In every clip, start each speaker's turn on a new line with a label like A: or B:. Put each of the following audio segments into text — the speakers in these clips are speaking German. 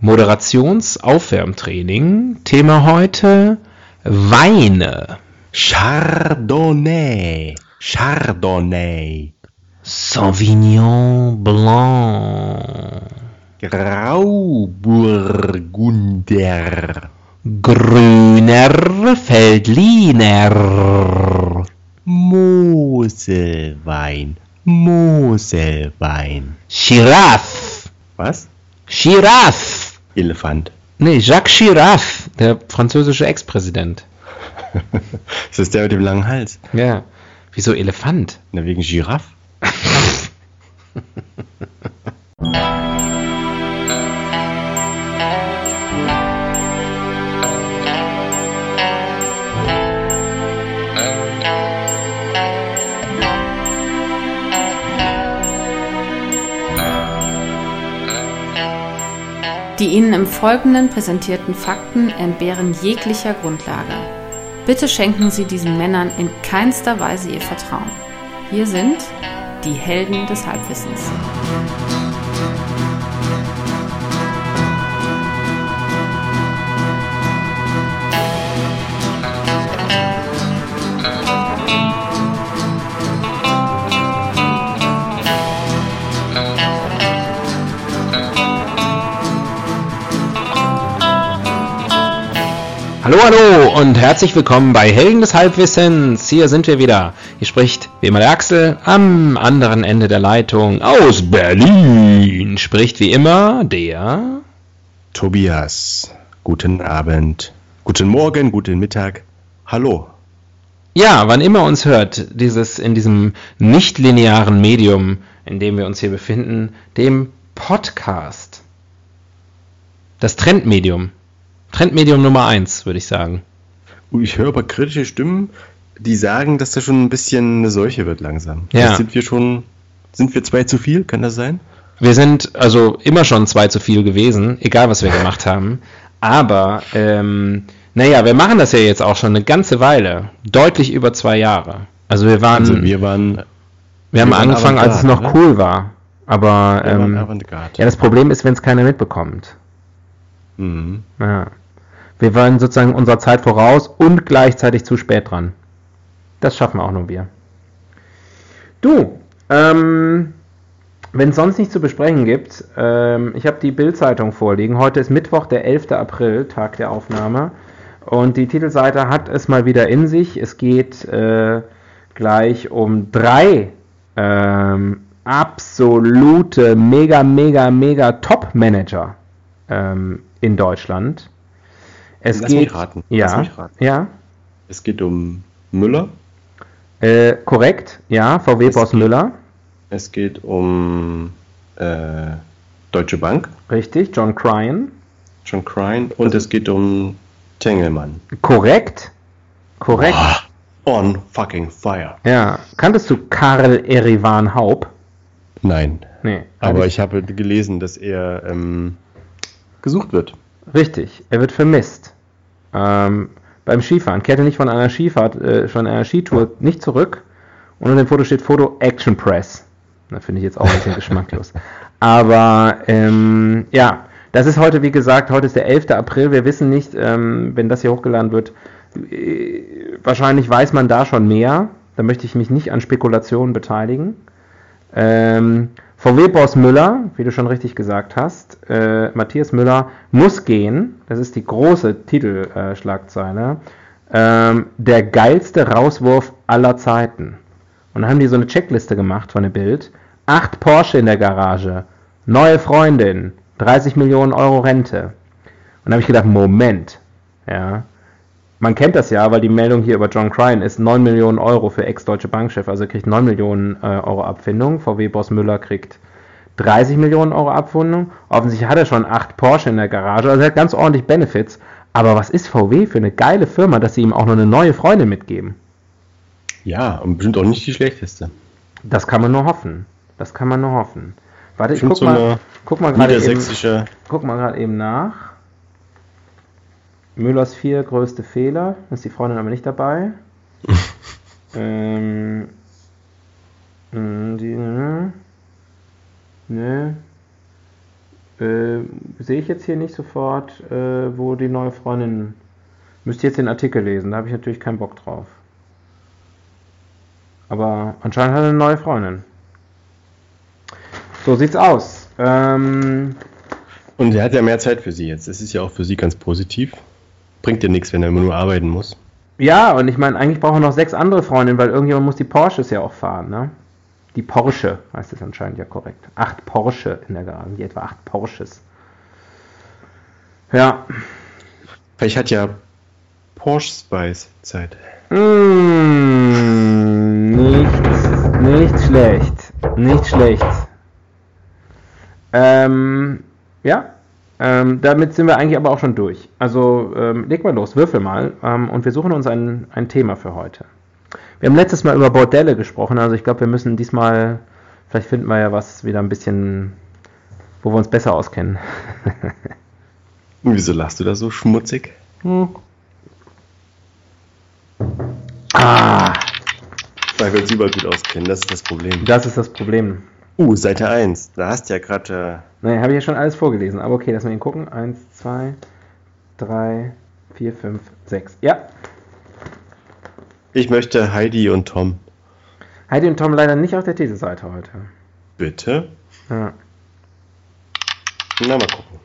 A: Moderations-Aufwärmtraining. Thema heute Weine.
B: Chardonnay.
A: Sauvignon Blanc.
B: Grauburgunder.
A: Grüner Veltliner.
B: Moselwein.
A: Chiraff.
B: Was?
A: Chiraff.
B: Elefant.
A: Nee, Jacques Chiraff, der französische Ex-Präsident.
B: Ist das der mit dem langen Hals?
A: Ja. Wieso Elefant?
B: Na, wegen Giraffe.
C: Die Ihnen im Folgenden präsentierten Fakten entbehren jeglicher Grundlage. Bitte schenken Sie diesen Männern in keinster Weise Ihr Vertrauen. Hier sind die Helden des Halbwissens.
A: Hallo und herzlich willkommen bei Helden des Halbwissens. Hier sind wir wieder. Hier spricht wie immer der Axel, am anderen Ende der Leitung aus Berlin spricht wie immer der
B: Tobias. Guten Abend, guten Morgen, guten Mittag. Hallo.
A: Ja, wann immer uns hört, in diesem nicht-linearen Medium, in dem wir uns hier befinden, dem Podcast. Das Trendmedium. Trendmedium Nummer 1, würde ich sagen.
B: Ich höre aber kritische Stimmen, die sagen, dass das schon ein bisschen eine Seuche wird langsam.
A: Ja.
B: Sind wir zwei zu viel? Kann das sein?
A: Wir sind also immer schon 2 zu viel gewesen, egal was wir gemacht haben. Aber, wir machen das ja jetzt auch schon eine ganze Weile. Deutlich über 2 Jahre. Also wir haben angefangen, als es noch cool war. Aber, ja, das Problem ist, wenn es keiner mitbekommt.
B: Mhm.
A: Ja. Wir waren sozusagen unserer Zeit voraus und gleichzeitig zu spät dran. Das schaffen auch nur wir. Du, wenn es sonst nichts zu besprechen gibt, ich habe die Bild-Zeitung vorliegen. Heute ist Mittwoch, der 11. April, Tag der Aufnahme. Und die Titelseite hat es mal wieder in sich. Es geht gleich um 3 absolute mega Top-Manager in Deutschland.
B: Lass mich raten.
A: Ja.
B: Es geht um Müller.
A: Korrekt, ja, VW-Boss Müller.
B: Es geht um Deutsche Bank.
A: Richtig, John Cryan.
B: Und es geht um Tengelmann.
A: Korrekt.
B: On fucking fire.
A: Ja, kanntest du Karl Erivan Haup?
B: Nein.
A: Nee.
B: Aber ich habe gelesen, dass er gesucht wird.
A: Richtig, er wird vermisst. Beim Skifahren. Kehrte nicht von einer Skitour nicht zurück. Und unter dem Foto steht Foto Action Press. Da finde ich jetzt auch ein bisschen geschmacklos. Aber das ist heute, wie gesagt, heute ist der 11. April. Wir wissen nicht, wenn das hier hochgeladen wird, wahrscheinlich weiß man da schon mehr. Da möchte ich mich nicht an Spekulationen beteiligen. VW-Boss Müller, wie du schon richtig gesagt hast, Matthias Müller muss gehen. Das ist die große Titelschlagzeile. Der geilste Rauswurf aller Zeiten. Und dann haben die so eine Checkliste gemacht von der Bild. 8 Porsche in der Garage, neue Freundin, 30 Millionen Euro Rente. Und da habe ich gedacht, Moment, ja, man kennt das ja, weil die Meldung hier über John Cryan ist 9 Millionen Euro für Ex-Deutsche Bankchef, also er kriegt 9 Millionen Euro Abfindung. VW-Boss Müller kriegt 30 Millionen Euro Abfindung. Offensichtlich hat er schon 8 Porsche in der Garage, also er hat ganz ordentlich Benefits. Aber was ist VW für eine geile Firma, dass sie ihm auch noch eine neue Freundin mitgeben?
B: Ja, und bestimmt auch nicht die schlechteste.
A: Das kann man nur hoffen. Warte, ich guck mal gerade eben nach. Müllers 4 größte Fehler. Ist die Freundin aber nicht dabei. sehe ich jetzt hier nicht sofort, wo die neue Freundin... Müsste jetzt den Artikel lesen, da habe ich natürlich keinen Bock drauf. Aber anscheinend hat er eine neue Freundin. So sieht's aus.
B: Und er hat ja mehr Zeit für sie jetzt. Das ist ja auch für sie ganz positiv. Bringt ja nichts, wenn er immer nur arbeiten muss.
A: Ja, und ich meine, eigentlich brauchen wir noch 6 andere Freundinnen, weil irgendjemand muss die Porsches ja auch fahren, ne? Die Porsche heißt es anscheinend ja korrekt. 8 Porsche in der Garage, die etwa 8 Porsches. Ja.
B: Vielleicht hat ja Porsche Spice Zeit.
A: Nicht schlecht. Nicht schlecht. Damit sind wir eigentlich aber auch schon durch. Also leg mal los, würfel mal und wir suchen uns ein Thema für heute. Wir haben letztes Mal über Bordelle gesprochen, also ich glaube, wir müssen diesmal, vielleicht finden wir ja was wieder ein bisschen, wo wir uns besser auskennen.
B: Wieso lachst du da so schmutzig? Weil wir uns überall gut auskennen, das ist das Problem.
A: Das ist das Problem.
B: Seite 1, da hast du ja gerade...
A: Nein, habe ich ja schon alles vorgelesen, aber okay, lass mal ihn gucken. 1, 2, 3, 4, 5, 6. Ja.
B: Ich möchte Heidi und Tom.
A: Heidi und Tom leider nicht auf der Titelseite heute.
B: Bitte?
A: Ja.
B: Na, mal gucken.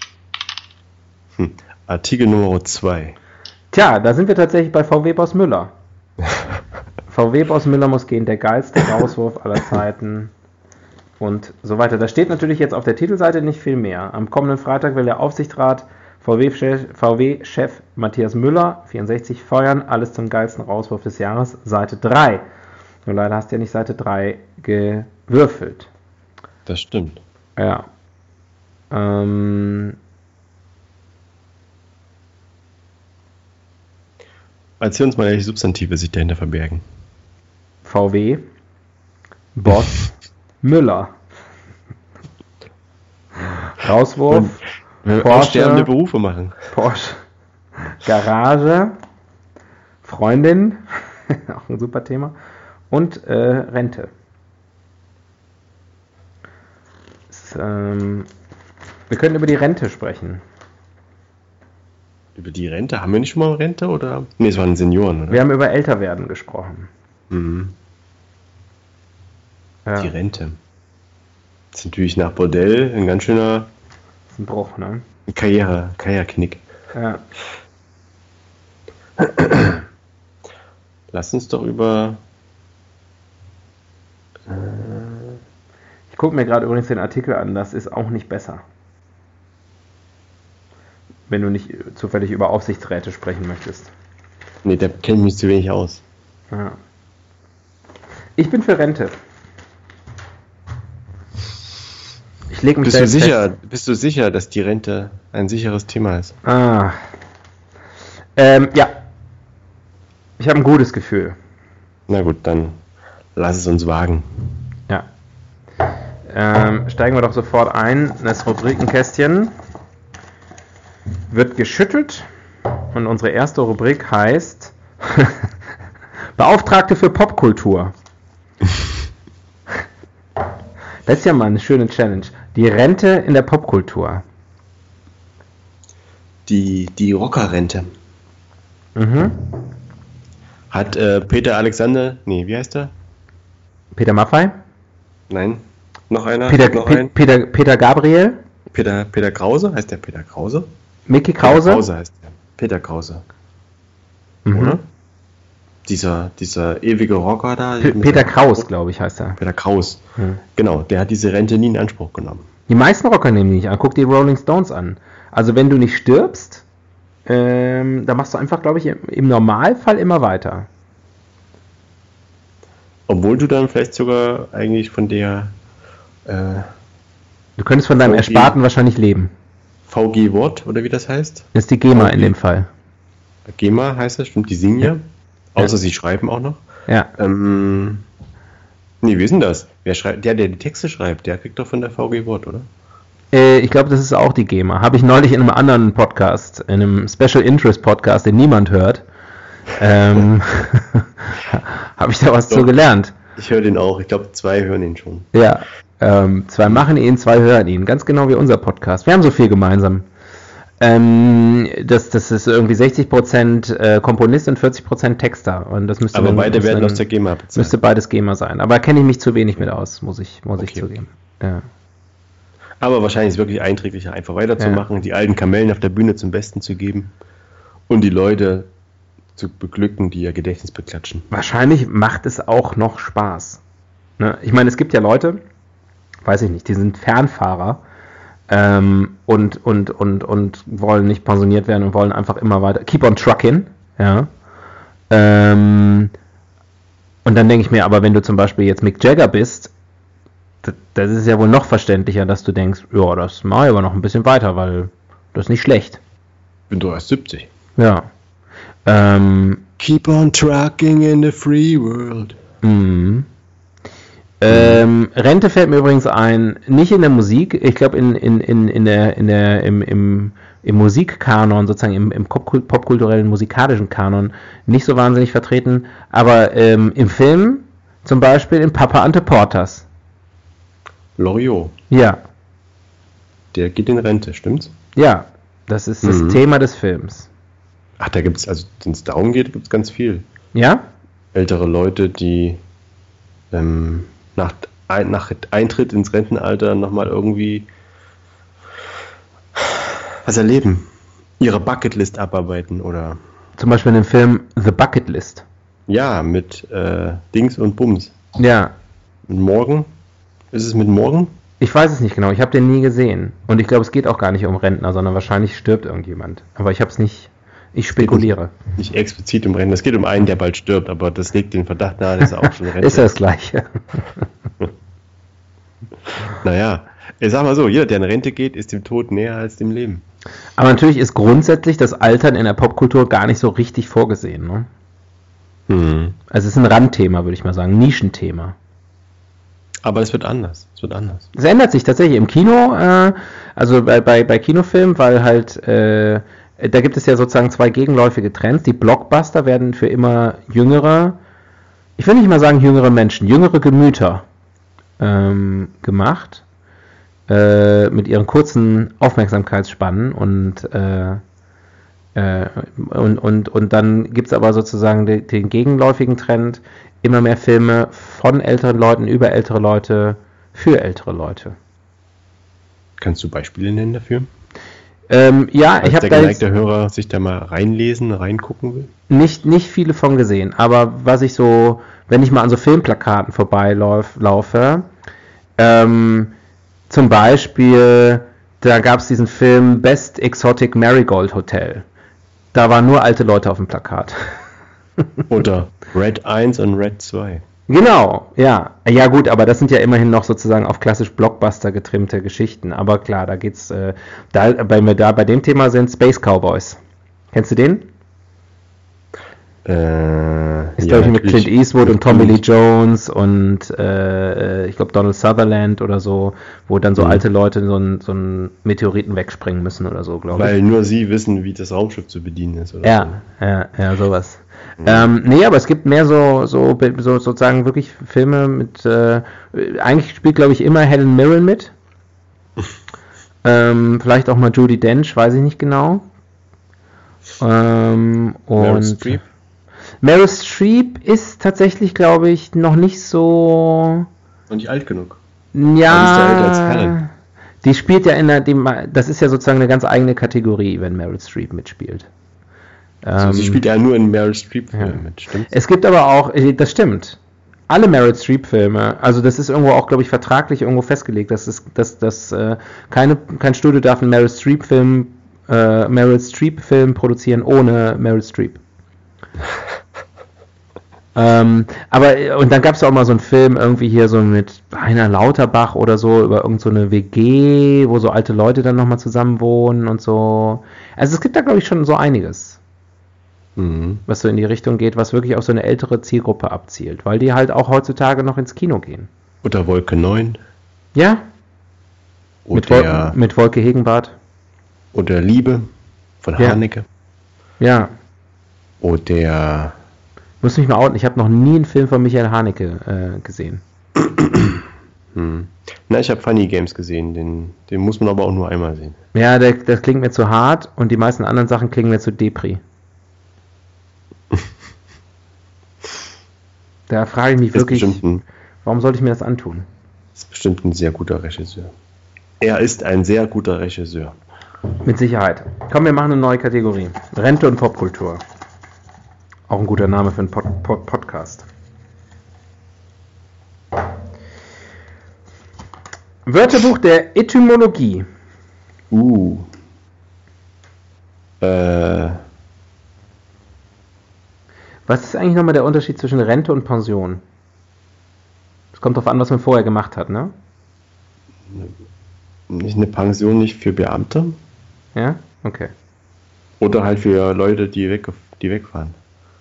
B: Artikel Nummer 2.
A: Tja, da sind wir tatsächlich bei VW-Boss Müller. VW-Boss Müller muss gehen, der geilste Rauswurf aller Zeiten und so weiter. Da steht natürlich jetzt auf der Titelseite nicht viel mehr. Am kommenden Freitag will der Aufsichtsrat VW-Chef Matthias Müller, 64, feuern. Alles zum geilsten Rauswurf des Jahres, Seite 3. Nur leider hast du ja nicht Seite 3 gewürfelt.
B: Das stimmt.
A: Ja.
B: Erzähl uns mal, welche Substantive sich dahinter verbergen.
A: VW, Boss, Müller. Rauswurf,
B: Porsche, Berufe machen.
A: Porsche, Garage, Freundin, auch ein super Thema, und Rente. Wir können über die Rente sprechen.
B: Über die Rente? Haben wir nicht schon mal Rente? Oder? Nee, es waren Senioren, oder?
A: Wir haben über Älterwerden gesprochen.
B: Mhm.
A: Ja.
B: Die Rente. Das ist natürlich nach Bordell ein ganz schöner...
A: Das ist ein Bruch, ne?
B: Karriereknick.
A: Ja.
B: Lass uns doch über...
A: Ich gucke mir gerade übrigens den Artikel an, das ist auch nicht besser. Wenn du nicht zufällig über Aufsichtsräte sprechen möchtest.
B: Nee, da kenne ich mich zu wenig aus.
A: Ja. Ich bin für Rente. Ich lege mich
B: Bist du sicher, dass die Rente ein sicheres Thema ist?
A: Ja. Ich habe ein gutes Gefühl.
B: Na gut, dann lass es uns wagen.
A: Ja. Steigen wir doch sofort ein. Das Rubrikenkästchen wird geschüttelt und unsere erste Rubrik heißt Beauftragte für Popkultur. Das ist ja mal eine schöne Challenge. Die Rente in der Popkultur.
B: Die Rockerrente.
A: Mhm.
B: Hat Peter Alexander, wie heißt er?
A: Peter Maffay?
B: Nein, noch einer?
A: Peter Gabriel?
B: Peter Krause? Heißt der Peter Krause?
A: Mickey Krause?
B: Peter Krause heißt der. Peter Krause.
A: Mhm.
B: Oder? Dieser ewige Rocker da.
A: Peter Kraus, glaube ich, heißt er.
B: Peter Kraus.
A: Mhm.
B: Genau, der hat diese Rente nie in Anspruch genommen.
A: Die meisten Rocker nehmen die nicht an. Guck die Rolling Stones an. Also wenn du nicht stirbst, dann machst du einfach, glaube ich, im Normalfall immer weiter.
B: Obwohl du dann vielleicht sogar eigentlich von der...
A: du könntest von deinem Ersparten wahrscheinlich leben.
B: VG Wort, oder wie das heißt?
A: Das ist die GEMA in dem Fall.
B: GEMA heißt das, stimmt, die singen ja. Außer sie schreiben auch noch.
A: Ja.
B: Wie ist denn das? Wer schreibt? Der die Texte schreibt, der kriegt doch von der VG Wort, oder?
A: Ich glaube, das ist auch die GEMA. Habe ich neulich in einem anderen Podcast, in einem Special Interest Podcast, den niemand hört, habe ich da was zu gelernt.
B: Ich höre den auch. Ich glaube, 2 hören ihn schon.
A: Ja. Zwei machen ihn, zwei hören ihn. Ganz genau wie unser Podcast. Wir haben so viel gemeinsam. Das ist irgendwie 60% Komponist und 40% Texter. Und das müsste
B: Aber beide werden aus der GEMA bezahlt.
A: Müsste beides GEMA sein. Aber kenne ich mich zu wenig mit aus, muss ich zugeben. Ja.
B: Aber wahrscheinlich ist es wirklich einträglicher, einfach weiterzumachen, die alten Kamellen auf der Bühne zum Besten zu geben und die Leute zu beglücken, die ihr Gedächtnis beklatschen.
A: Wahrscheinlich macht es auch noch Spaß. Ne? Ich meine, es gibt ja Leute, weiß ich nicht, die sind Fernfahrer und wollen nicht pensioniert werden und wollen einfach immer weiter, keep on trucking, ja. Und dann denke ich mir, aber wenn du zum Beispiel jetzt Mick Jagger bist, das ist ja wohl noch verständlicher, dass du denkst, ja, das mache ich aber noch ein bisschen weiter, weil das ist nicht schlecht.
B: Bin doch erst 70.
A: Ja.
B: Keep on trucking in the free world.
A: Rente fällt mir übrigens ein, nicht in der Musik, ich glaube im Musikkanon, sozusagen im popkulturellen musikalischen Kanon nicht so wahnsinnig vertreten, aber im Film zum Beispiel in Papa Ante Portas.
B: Loriot.
A: Ja.
B: Der geht in Rente, stimmt's?
A: Ja, das ist das Thema des Films.
B: Ach, da gibt's, also wenn es darum geht, gibt's ganz viel.
A: Ja?
B: Ältere Leute, die nach Eintritt ins Rentenalter nochmal irgendwie was erleben. Ihre Bucketlist abarbeiten oder...
A: Zum Beispiel in dem Film The Bucket List.
B: Ja, mit Dings und Bums.
A: Ja.
B: Mit Morgan? Ist es mit Morgan?
A: Ich weiß es nicht genau, ich habe den nie gesehen. Und ich glaube, es geht auch gar nicht um Rentner, sondern wahrscheinlich stirbt irgendjemand. Aber ich habe es nicht... Ich spekuliere.
B: Nicht explizit um Rentner. Es geht um einen, der bald stirbt, aber das legt den Verdacht nahe, dass er auch schon Rentner
A: ist. Das Gleiche.
B: Naja, ich sag mal so, jeder, der in Rente geht, ist dem Tod näher als dem Leben.
A: Aber natürlich ist grundsätzlich das Altern in der Popkultur gar nicht so richtig vorgesehen. Ne? Also es ist ein Randthema, würde ich mal sagen, Nischenthema.
B: Aber es wird anders.
A: Es ändert sich tatsächlich im Kino, also bei Kinofilmen, weil halt da gibt es ja sozusagen zwei gegenläufige Trends. Die Blockbuster werden für immer jüngere, ich will nicht mal sagen jüngere Menschen, jüngere Gemüter gemacht, mit ihren kurzen Aufmerksamkeitsspannen und dann gibt es aber sozusagen den gegenläufigen Trend, immer mehr Filme von älteren Leuten über ältere Leute für ältere Leute.
B: Kannst du Beispiele nennen dafür?
A: Ja, ich habe
B: da jetzt... Der Hörer sich da mal reingucken will?
A: Nicht viele von gesehen, aber was ich so, wenn ich mal an so Filmplakaten vorbeilaufe, zum Beispiel, da gab es diesen Film Best Exotic Marigold Hotel. Da waren nur alte Leute auf dem Plakat.
B: Oder Red 1 und Red 2.
A: Genau, ja. Ja gut, aber das sind ja immerhin noch sozusagen auf klassisch Blockbuster getrimmte Geschichten. Aber klar, da geht's, wenn wir da bei dem Thema sind, Space Cowboys. Kennst du den? Ist glaube ich mit Clint Eastwood und Tommy Lee Jones und ich glaube Donald Sutherland oder so, wo dann so alte Leute so einen Meteoriten wegspringen müssen oder so, glaube ich.
B: Weil nur sie wissen, wie das Raumschiff zu bedienen ist. Oder
A: ja, sowas. Nee, aber es gibt mehr so sozusagen wirklich Filme mit, eigentlich spielt glaube ich immer Helen Mirren mit. Vielleicht auch mal Judi Dench, weiß ich nicht genau.
B: Meryl Streep?
A: Meryl Streep ist tatsächlich, glaube ich, noch nicht so...
B: Und nicht alt genug.
A: Ja,
B: die ist ja älter als Helen.
A: Die spielt ja das ist ja sozusagen eine ganz eigene Kategorie, wenn Meryl Streep mitspielt.
B: Also sie spielt ja nur in Meryl Streep-Filmen mit, stimmt?
A: Es gibt aber auch, das stimmt, alle Meryl Streep-Filme, also das ist irgendwo auch, glaube ich, vertraglich irgendwo festgelegt, dass kein Studio darf einen Meryl Streep-Film produzieren ohne Meryl Streep. Aber und dann gab es auch mal so einen Film irgendwie hier so mit Rainer Lauterbach oder so über irgend so eine WG, wo so alte Leute dann nochmal zusammen wohnen und so. Also es gibt da, glaube ich, schon so einiges, was so in die Richtung geht, was wirklich auf so eine ältere Zielgruppe abzielt, weil die halt auch heutzutage noch ins Kino gehen.
B: Oder Wolke 9.
A: Ja. Mit Wolke Hegenbarth.
B: Oder Liebe von Haneke.
A: Ja.
B: Oder...
A: Ich muss mich mal outen, ich habe noch nie einen Film von Michael Haneke gesehen.
B: Na, ich habe Funny Games gesehen, den muss man aber auch nur einmal sehen.
A: Ja, das klingt mir zu hart und die meisten anderen Sachen klingen mir zu Depri. Da frage ich mich wirklich, warum sollte ich mir das antun?
B: Das ist bestimmt ein sehr guter Regisseur. Er ist ein sehr guter Regisseur.
A: Mit Sicherheit. Komm, wir machen eine neue Kategorie. Rente und Popkultur. Auch ein guter Name für einen Podcast. Wörterbuch der Etymologie. Was ist eigentlich nochmal der Unterschied zwischen Rente und Pension? Es kommt darauf an, was man vorher gemacht hat, ne?
B: Nicht eine Pension nicht für Beamte?
A: Ja? Okay.
B: Oder halt für Leute, die wegfahren.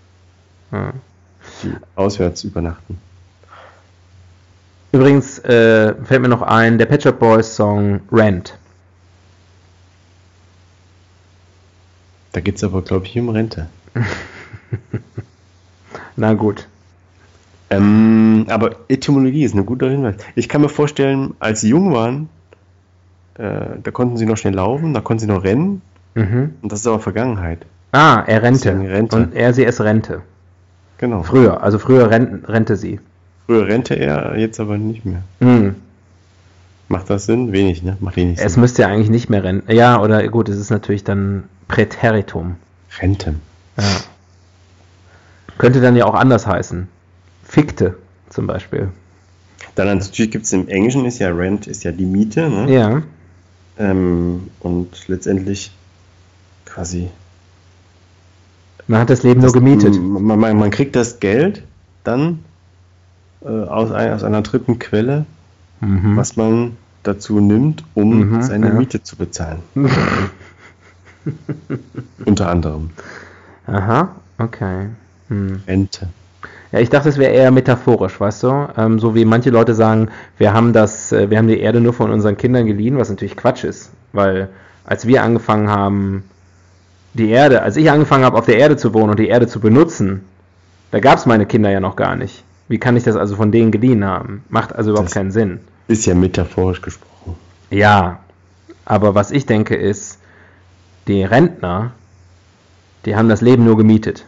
B: Die auswärts übernachten.
A: Übrigens fällt mir noch ein, der Pet Shop Boys Song Rent.
B: Da geht es aber, glaube ich, um Rente.
A: Na gut.
B: Aber Etymologie ist ein guter Hinweis. Ich kann mir vorstellen, als sie jung waren, da konnten sie noch schnell laufen, da konnten sie noch rennen. Und das ist aber Vergangenheit.
A: Ah, er rente.
B: Rente.
A: Und sie ist Rente.
B: Genau.
A: Früher rente sie.
B: Früher rente er, jetzt aber nicht mehr. Macht das Sinn? Wenig, ne? Macht wenig Sinn.
A: Es müsste ja eigentlich nicht mehr renten. Ja, oder gut, es ist natürlich dann Präteritum.
B: Rente.
A: Ja. Könnte dann ja auch anders heißen. Fikte zum Beispiel.
B: Dann natürlich gibt es im Englischen, ist ja Rent, ist ja die Miete, ne?
A: Ja.
B: Und letztendlich quasi...
A: Man hat das Leben nur gemietet.
B: Man kriegt das Geld dann aus einer dritten Quelle, was man dazu nimmt, um seine Miete zu bezahlen. Unter anderem.
A: Aha, okay.
B: Rente.
A: Ja, ich dachte, es wäre eher metaphorisch, weißt du? So wie manche Leute sagen, wir haben die Erde nur von unseren Kindern geliehen, was natürlich Quatsch ist. Weil als ich angefangen habe, auf der Erde zu wohnen und die Erde zu benutzen, da gab es meine Kinder ja noch gar nicht. Wie kann ich das also von denen geliehen haben? Macht also überhaupt keinen Sinn.
B: Ist ja metaphorisch gesprochen.
A: Ja, aber was ich denke ist, die Rentner, die haben das Leben nur gemietet.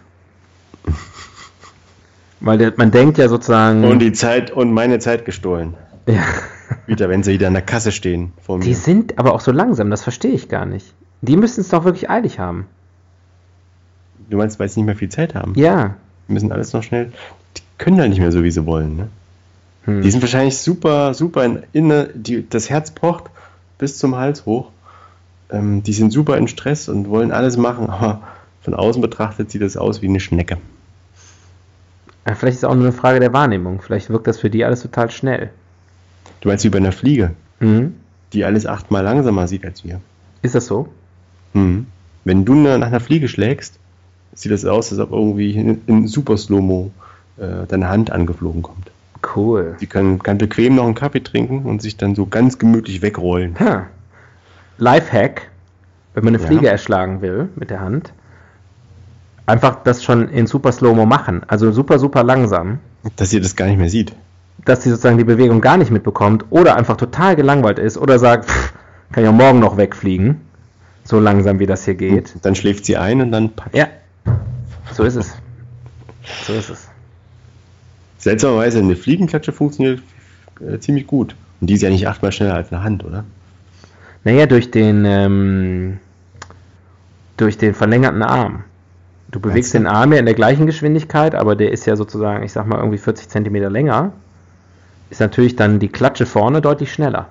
A: Weil man denkt ja sozusagen...
B: Und meine Zeit gestohlen.
A: Ja.
B: Wenn sie wieder an der Kasse stehen vor mir.
A: Die sind aber auch so langsam, das verstehe ich gar nicht. Die müssen es doch wirklich eilig haben.
B: Du meinst, weil sie nicht mehr viel Zeit haben?
A: Ja.
B: Die müssen alles noch schnell... Die können halt nicht mehr so, wie sie wollen, ne? Die sind wahrscheinlich super, super das Herz pocht bis zum Hals hoch. Die sind super in Stress und wollen alles machen, aber von außen betrachtet sieht das aus wie eine Schnecke.
A: Ja, vielleicht ist es auch nur eine Frage der Wahrnehmung. Vielleicht wirkt das für die alles total schnell.
B: Du meinst wie bei einer Fliege, die alles 8-mal langsamer sieht als wir.
A: Ist das so?
B: Wenn du nach einer Fliege schlägst, sieht das aus, als ob irgendwie in Super Slow-Mo deine Hand angeflogen kommt.
A: Cool.
B: Die kann bequem noch einen Kaffee trinken und sich dann so ganz gemütlich wegrollen.
A: Lifehack, wenn man eine Fliege erschlagen will mit der Hand, einfach das schon in Super Slow-Mo machen. Also super, super langsam.
B: Dass ihr das gar nicht mehr sieht.
A: Dass sie sozusagen die Bewegung gar nicht mitbekommt oder einfach total gelangweilt ist oder sagt, kann ich auch morgen noch wegfliegen. So langsam, wie das hier geht.
B: Und dann schläft sie ein und dann packt.
A: Ja, so ist es. So ist es.
B: Seltsamerweise, eine Fliegenklatsche funktioniert ziemlich gut. Und die ist ja nicht 8-mal schneller als eine Hand, oder?
A: Naja, durch den verlängerten Arm. Du bewegst den Arm ja in der gleichen Geschwindigkeit, aber der ist ja sozusagen, ich sag mal, irgendwie 40 Zentimeter länger. Ist natürlich dann die Klatsche vorne deutlich schneller.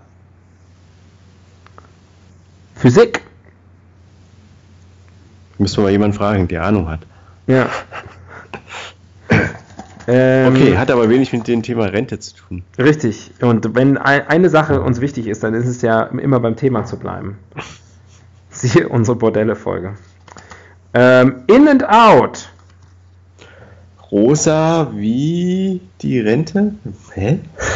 A: Physik!
B: Müssen wir mal jemanden fragen, der Ahnung hat.
A: Ja.
B: Okay, hat aber wenig mit dem Thema Rente zu tun.
A: Richtig. Und wenn eine Sache uns wichtig ist, dann ist es ja immer beim Thema zu bleiben. Siehe unsere Bordelle-Folge. In and out.
B: Rosa wie die Rente? Hä?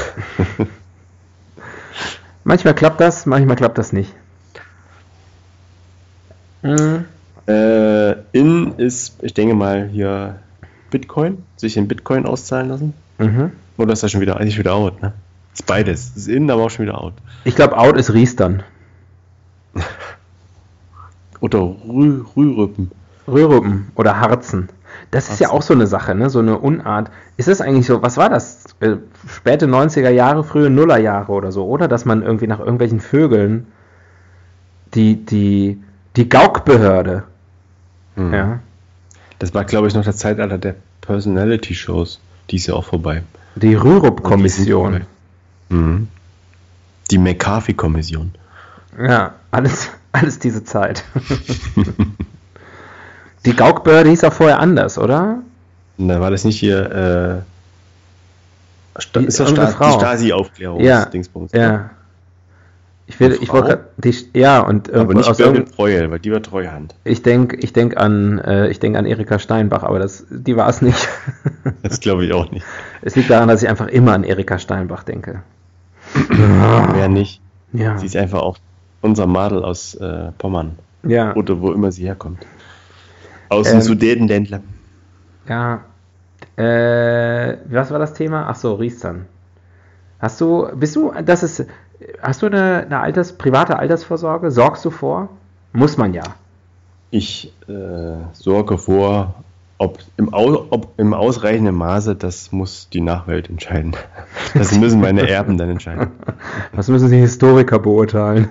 A: Manchmal klappt das, manchmal klappt das nicht.
B: In ist, ich denke mal, hier Bitcoin, sich in Bitcoin auszahlen lassen. Oder ist das schon wieder, eigentlich wieder out, ne? Ist beides. Ist innen, aber auch schon wieder out.
A: Ich glaube, out ist Riestern.
B: Oder Rührüppen.
A: Rührüppen oder Harzen. Das ist ja auch so eine Sache, ne? So eine Unart. Ist das eigentlich so, was war das? Späte 90er Jahre, frühe Nullerjahre oder so, oder? Dass man irgendwie nach irgendwelchen Vögeln die Gaukbehörde. Ja.
B: Das war, glaube ich, noch das Zeitalter der Personality-Shows. Die ist ja auch vorbei.
A: Die Rürup-Kommission.
B: Die McCarthy-Kommission.
A: Ja, alles diese Zeit. Die Gaukbehörde hieß auch vorher anders, oder?
B: Na, war das nicht hier ist das
A: irgendeine Frau.
B: Die Stasi-Aufklärung?
A: Ja,
B: Dingsbums,
A: ja. Ich wollte gerade und
B: aber nicht
A: aus
B: Birgit Breuel, weil die war Treuhand.
A: Ich denk an Erika Steinbach, aber die war es nicht.
B: Das glaube ich auch nicht.
A: Es liegt daran, dass ich einfach immer an Erika Steinbach denke.
B: Wer nicht?
A: Ja.
B: Sie ist einfach auch unser Madel aus Pommern.
A: Ja.
B: Oder wo immer sie herkommt. Aus dem Sudetenländler.
A: Ja. Was war das Thema? Ach so, Riestern. Hast du eine private Altersvorsorge? Sorgst du vor? Muss man ja.
B: Ich sorge vor, ob im ausreichenden Maße, das muss die Nachwelt entscheiden. Das müssen meine Erben dann entscheiden.
A: Was müssen die Historiker beurteilen?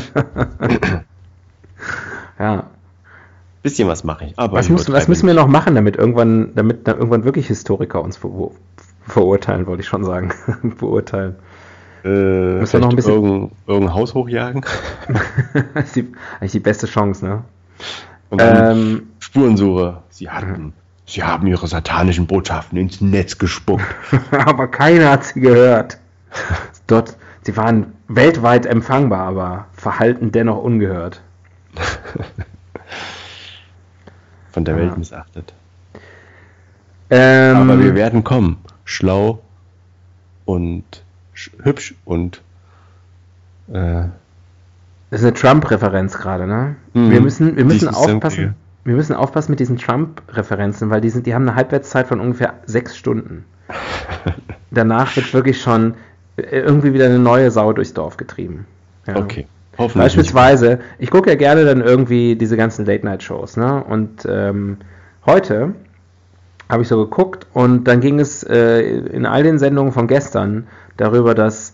A: Ja.
B: Bisschen was mache ich. Aber
A: was müssen wir noch machen, damit irgendwann wirklich Historiker uns verurteilen, wollte ich schon sagen. Beurteilen.
B: Vielleicht noch ein bisschen irgendein Haus hochjagen.
A: Das ist eigentlich die beste Chance, ne?
B: Und dann Spurensuche. Sie haben ihre satanischen Botschaften ins Netz gespuckt.
A: Aber keiner hat sie gehört. Sie waren weltweit empfangbar, aber verhalten dennoch ungehört.
B: Von der Welt missachtet. Aber wir werden kommen. Schlau und hübsch und
A: das ist eine Trump-Referenz gerade, ne? Wir müssen aufpassen. Wir müssen aufpassen mit diesen Trump-Referenzen, weil die haben eine Halbwertszeit von ungefähr 6 Stunden. Danach wird wirklich schon irgendwie wieder eine neue Sau durchs Dorf getrieben. Ja.
B: Okay. Hoffentlich.
A: Beispielsweise, ich gucke ja gerne dann irgendwie diese ganzen Late-Night-Shows, ne? Und heute habe ich so geguckt und dann ging es in all den Sendungen von gestern darüber, dass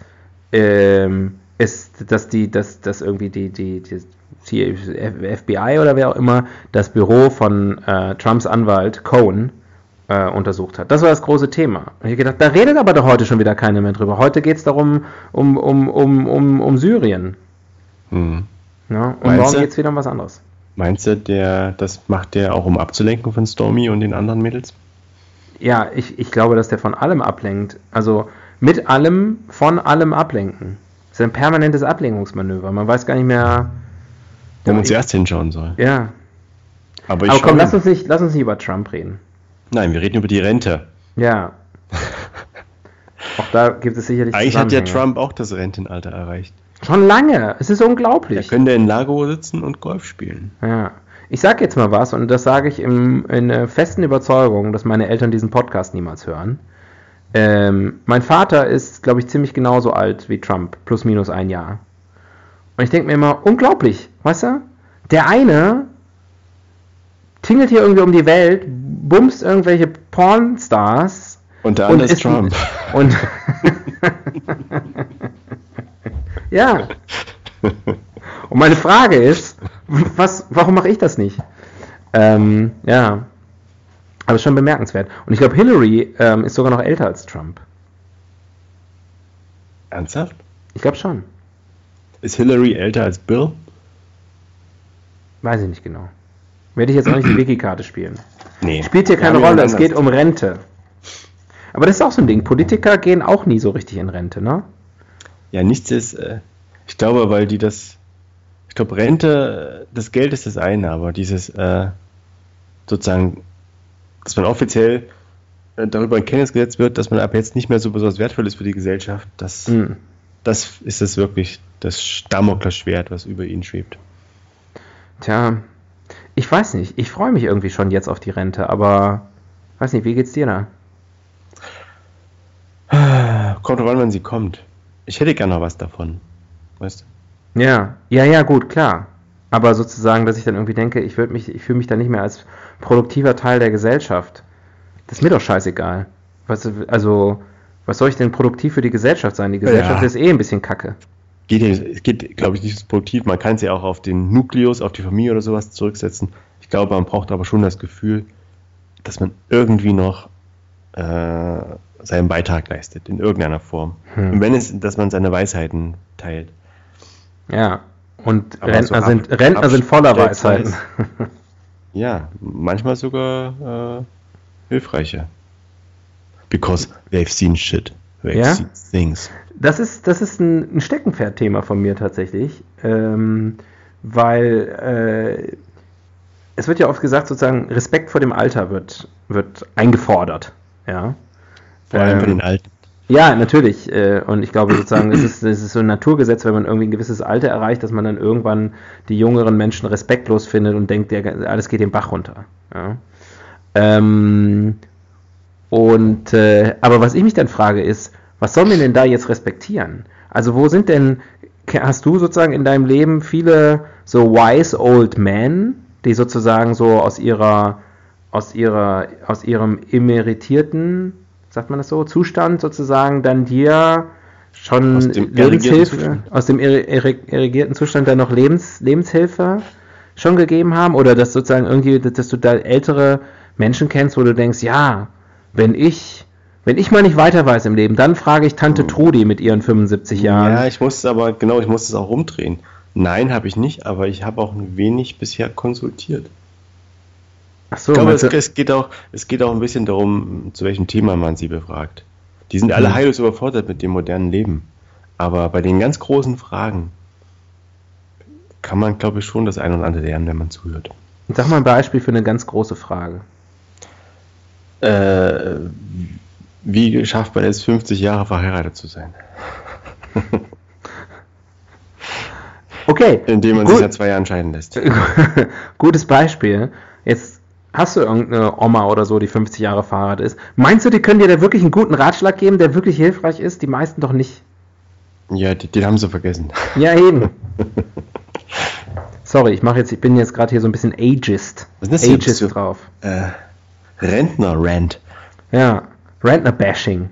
A: irgendwie die FBI oder wer auch immer das Büro von Trumps Anwalt Cohen untersucht hat. Das war das große Thema. Und ich habe gedacht, da redet aber doch heute schon wieder keiner mehr drüber. Heute geht es darum um Syrien. Ja, und morgen geht es wieder um was anderes.
B: Meinst du, das macht der auch, um abzulenken von Stormy und den anderen Mädels?
A: Ja, ich glaube, dass der von allem ablenkt. Also mit allem, von allem ablenken. Das ist ein permanentes Ablenkungsmanöver. Man weiß gar nicht mehr,
B: wo man zuerst hinschauen soll.
A: Ja. Aber komm, lass uns nicht über Trump reden.
B: Nein, wir reden über die Rente.
A: Ja. Auch da gibt es sicherlich
B: eigentlich hat ja Trump auch das Rentenalter erreicht.
A: Schon lange. Es ist unglaublich.
B: Da könnte in Lago sitzen und Golf spielen.
A: Ja. Ich sag jetzt mal was, und das sage ich in der festen Überzeugung, dass meine Eltern diesen Podcast niemals hören. Mein Vater ist, glaube ich, ziemlich genauso alt wie Trump, plus minus 1 Jahr. Und ich denke mir immer, unglaublich, weißt du? Der eine tingelt hier irgendwie um die Welt, bumst irgendwelche Pornstars.
B: Und der andere ist Trump.
A: Und ja. Und meine Frage ist, warum mache ich das nicht? Ja. Aber ist schon bemerkenswert. Und ich glaube, Hillary ist sogar noch älter als Trump.
B: Ernsthaft?
A: Ich glaube schon.
B: Ist Hillary älter als Bill?
A: Weiß ich nicht genau. Werde ich jetzt auch nicht die Wiki-Karte spielen.
B: Nee.
A: Spielt hier keine Rolle, es geht um Rente. Aber das ist auch so ein Ding. Politiker gehen auch nie so richtig in Rente, ne?
B: Ja, nichts ist, ich glaube, weil ich glaube, Rente, das Geld ist das eine, aber dieses, sozusagen, dass man offiziell darüber in Kenntnis gesetzt wird, dass man ab jetzt nicht mehr so besonders wertvoll ist für die Gesellschaft, das ist es wirklich, das Damoklesschwert, was über ihn schwebt.
A: Tja, ich weiß nicht, ich freue mich irgendwie schon jetzt auf die Rente, aber weiß nicht, wie geht's dir da?
B: Kommt drauf an, wann sie kommt. Ich hätte gerne noch was davon. Weißt du?
A: Ja, gut, klar. Aber sozusagen, dass ich dann irgendwie denke, ich fühle mich da nicht mehr als produktiver Teil der Gesellschaft. Das ist mir doch scheißegal. Was soll ich denn produktiv für die Gesellschaft sein? Die Gesellschaft ist ein bisschen kacke.
B: Es geht, glaube ich, nicht so produktiv. Man kann es ja auch auf den Nukleus, auf die Familie oder sowas zurücksetzen. Ich glaube, man braucht aber schon das Gefühl, dass man irgendwie noch seinen Beitrag leistet, in irgendeiner Form. Und wenn es, dass man seine Weisheiten teilt.
A: Ja, und Rentner sind voller Weisheiten.
B: Ja, manchmal sogar hilfreicher. Because they've seen shit. They've seen things. Das ist ein Steckenpferd-Thema von mir tatsächlich,
A: weil es wird ja oft gesagt, sozusagen, Respekt vor dem Alter wird eingefordert. Ja.
B: Vor allem von den Alten.
A: Ja, natürlich. Und ich glaube sozusagen, es ist so ein Naturgesetz, wenn man irgendwie ein gewisses Alter erreicht, dass man dann irgendwann die jüngeren Menschen respektlos findet und denkt, ja, alles geht den Bach runter. Ja. Aber was ich mich dann frage ist, was soll man denn da jetzt respektieren? Also hast du sozusagen in deinem Leben viele so wise old men, die sozusagen so aus ihrem emeritierten, sagt man das so, Zustand sozusagen dann dir schon Lebenshilfe, aus dem irrigierten Zustand dann noch Lebenshilfe schon gegeben haben? Oder dass sozusagen irgendwie, dass du da ältere Menschen kennst, wo du denkst, ja, wenn ich mal nicht weiter weiß im Leben, dann frage ich Tante Trudi mit ihren 75 Jahren.
B: Ja, ich muss es auch rumdrehen. Nein, habe ich nicht, aber ich habe auch ein wenig bisher konsultiert.
A: Ach so,
B: ich glaube, es geht auch ein bisschen darum, zu welchem Thema man sie befragt. Die sind alle heillos überfordert mit dem modernen Leben. Aber bei den ganz großen Fragen kann man, glaube ich, schon das eine oder andere lernen, wenn man zuhört.
A: Sag mal ein Beispiel für eine ganz große Frage.
B: Wie schafft man es, 50 Jahre verheiratet zu sein?
A: Okay.
B: Indem man sich nach 2 Jahren scheiden lässt.
A: Gutes Beispiel. Jetzt hast du irgendeine Oma oder so, die 50 Jahre verheiratet ist. Meinst du, die können dir da wirklich einen guten Ratschlag geben, der wirklich hilfreich ist? Die meisten doch nicht.
B: Ja, den haben sie vergessen.
A: Ja, eben. Sorry, ich bin jetzt gerade hier so ein bisschen ageist.
B: Was ist das
A: Ageist so, drauf.
B: Rentner-Rant.
A: Ja, Rentner-Bashing.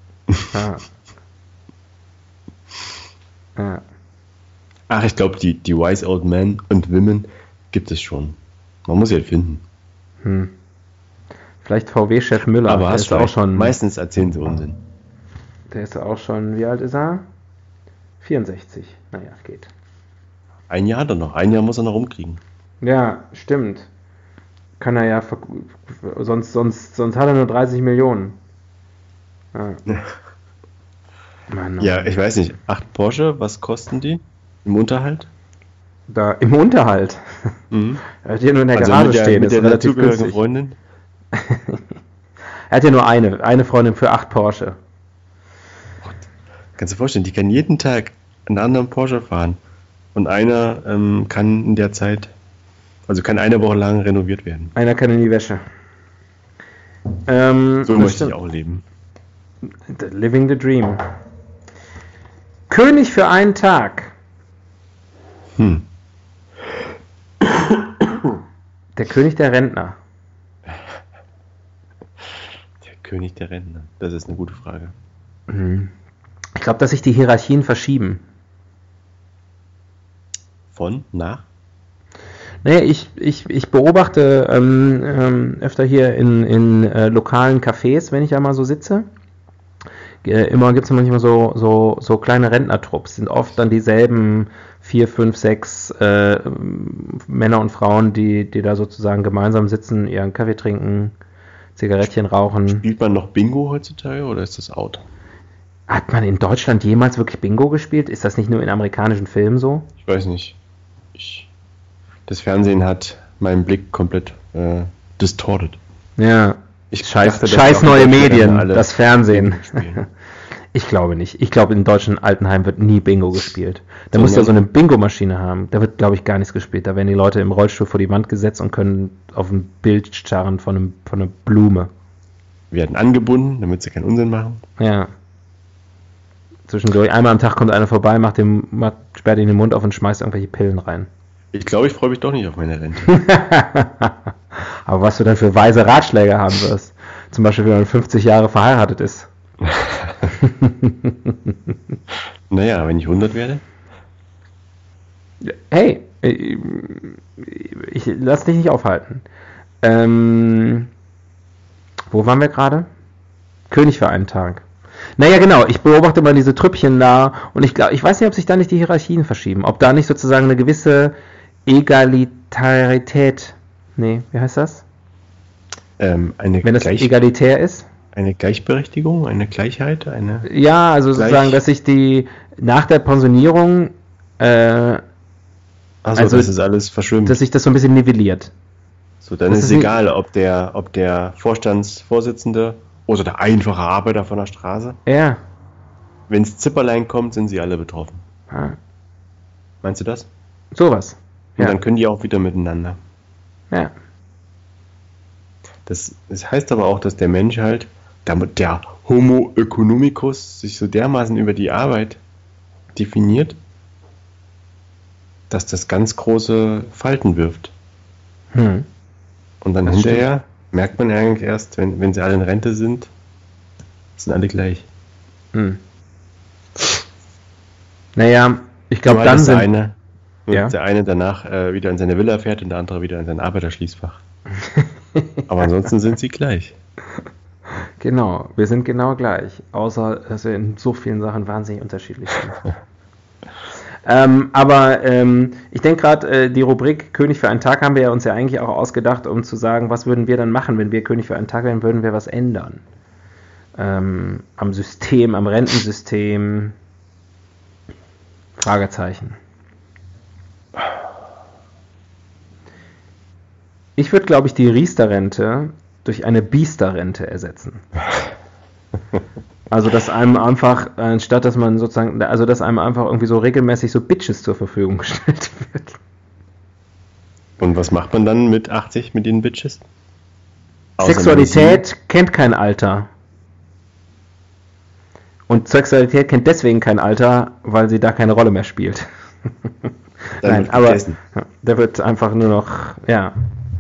A: Ja.
B: Ach, ich glaube, die wise old men und women gibt es schon. Man muss sie halt finden.
A: Vielleicht VW-Chef Müller.
B: Aber der ist auch schon. Meistens erzählen sie Unsinn.
A: Der ist auch schon, wie alt ist er? 64. Naja, geht.
B: Ein Jahr dann noch. Ein Jahr muss er noch rumkriegen. Ja,
A: stimmt. Kann er ja, sonst hat er nur 30 Millionen.
B: Mann, ja, ich weiß nicht. 8 Porsche, was kosten die im Unterhalt?
A: Im Unterhalt? Mhm. Er hat hier nur in der Garage stehen.
B: Mit der dazugehörigen Freundin?
A: Er hat ja nur eine Freundin für 8 Porsche.
B: Kannst du dir vorstellen, die kann jeden Tag einen anderen Porsche fahren und einer kann in der Zeit, also kann eine Woche lang renoviert werden.
A: Einer kann in die Wäsche.
B: So möchte ich auch leben.
A: Living the dream. König für einen Tag. Der König der Rentner.
B: Der König der Rentner. Das ist eine gute Frage.
A: Ich glaube, dass sich die Hierarchien verschieben.
B: Von? Nach?
A: Naja, ich beobachte öfter hier in lokalen Cafés, wenn ich da mal so sitze. Immer gibt es manchmal so kleine Rentnertrupps. Sind oft dann dieselben 4, 5, 6 Männer und Frauen, die da sozusagen gemeinsam sitzen, ihren Kaffee trinken, Zigarettchen rauchen.
B: Spielt man noch Bingo heutzutage oder ist das out?
A: Hat man in Deutschland jemals wirklich Bingo gespielt? Ist das nicht nur in amerikanischen Filmen so?
B: Ich weiß nicht. Das Fernsehen hat meinen Blick komplett distorted.
A: Ja. Scheiß neue Medien, das Fernsehen. Ich glaube nicht. Ich glaube, in deutschen Altenheimen wird nie Bingo gespielt. Da muss ja so eine Bingo-Maschine haben. Da wird, glaube ich, gar nichts gespielt. Da werden die Leute im Rollstuhl vor die Wand gesetzt und können auf ein Bild starren von einer Blume.
B: Werden angebunden, damit sie keinen Unsinn machen.
A: Ja. zwischendurch. Einmal am Tag kommt einer vorbei, sperrt ihn den Mund auf und schmeißt irgendwelche Pillen rein.
B: Ich glaube, ich freue mich doch nicht auf meine Rente.
A: Aber was du dann für weise Ratschläge haben wirst. Zum Beispiel, wenn man 50 Jahre verheiratet ist.
B: Naja, wenn ich 100 werde?
A: Hey, ich lass dich nicht aufhalten. Wo waren wir gerade? König für einen Tag. Naja, genau, ich beobachte mal diese Trüppchen da und ich weiß nicht, ob sich da nicht die Hierarchien verschieben. Ob da nicht sozusagen eine gewisse Egalitarität, wie heißt das? Wenn das egalitär ist?
B: Eine Gleichberechtigung, eine Gleichheit,
A: Ja, also sozusagen, dass sich die nach der Pensionierung
B: das ist alles verschwimmt.
A: Dass sich das so ein bisschen nivelliert.
B: So, dann ist es egal, ob der Vorstandsvorsitzende oder der einfache Arbeiter von der Straße.
A: Ja.
B: Wenn's Zipperlein kommt, sind sie alle betroffen.
A: Ah.
B: Meinst du das?
A: Sowas.
B: Und dann können die auch wieder miteinander.
A: Ja.
B: Das heißt aber auch, dass der Mensch halt, damit der Homo economicus sich so dermaßen über die Arbeit definiert, dass das ganz große Falten wirft. Und dann das hinterher merkt man eigentlich erst, wenn sie alle in Rente sind alle gleich.
A: Naja, ich glaube dann sind...
B: Der eine danach wieder in seine Villa fährt und der andere wieder in sein Arbeiterschließfach. Aber ansonsten sind sie gleich.
A: Genau, wir sind genau gleich. Außer, dass wir in so vielen Sachen wahnsinnig unterschiedlich sind. Ich denke gerade, die Rubrik König für einen Tag haben wir uns ja eigentlich auch ausgedacht, um zu sagen, was würden wir dann machen, wenn wir König für einen Tag wären, würden wir was ändern. Am System, am Rentensystem. Fragezeichen. Ich würde, glaube ich, die Riester-Rente durch eine Biester-Rente ersetzen. Also, dass einem einfach, anstatt dass man sozusagen, also dass einem einfach irgendwie so regelmäßig so Bitches zur Verfügung gestellt wird.
B: Und was macht man dann mit 80 mit den Bitches?
A: Sexualität kennt kein Alter. Und Sexualität kennt deswegen kein Alter, weil sie da keine Rolle mehr spielt. Nein, aber der wird einfach nur noch, ja.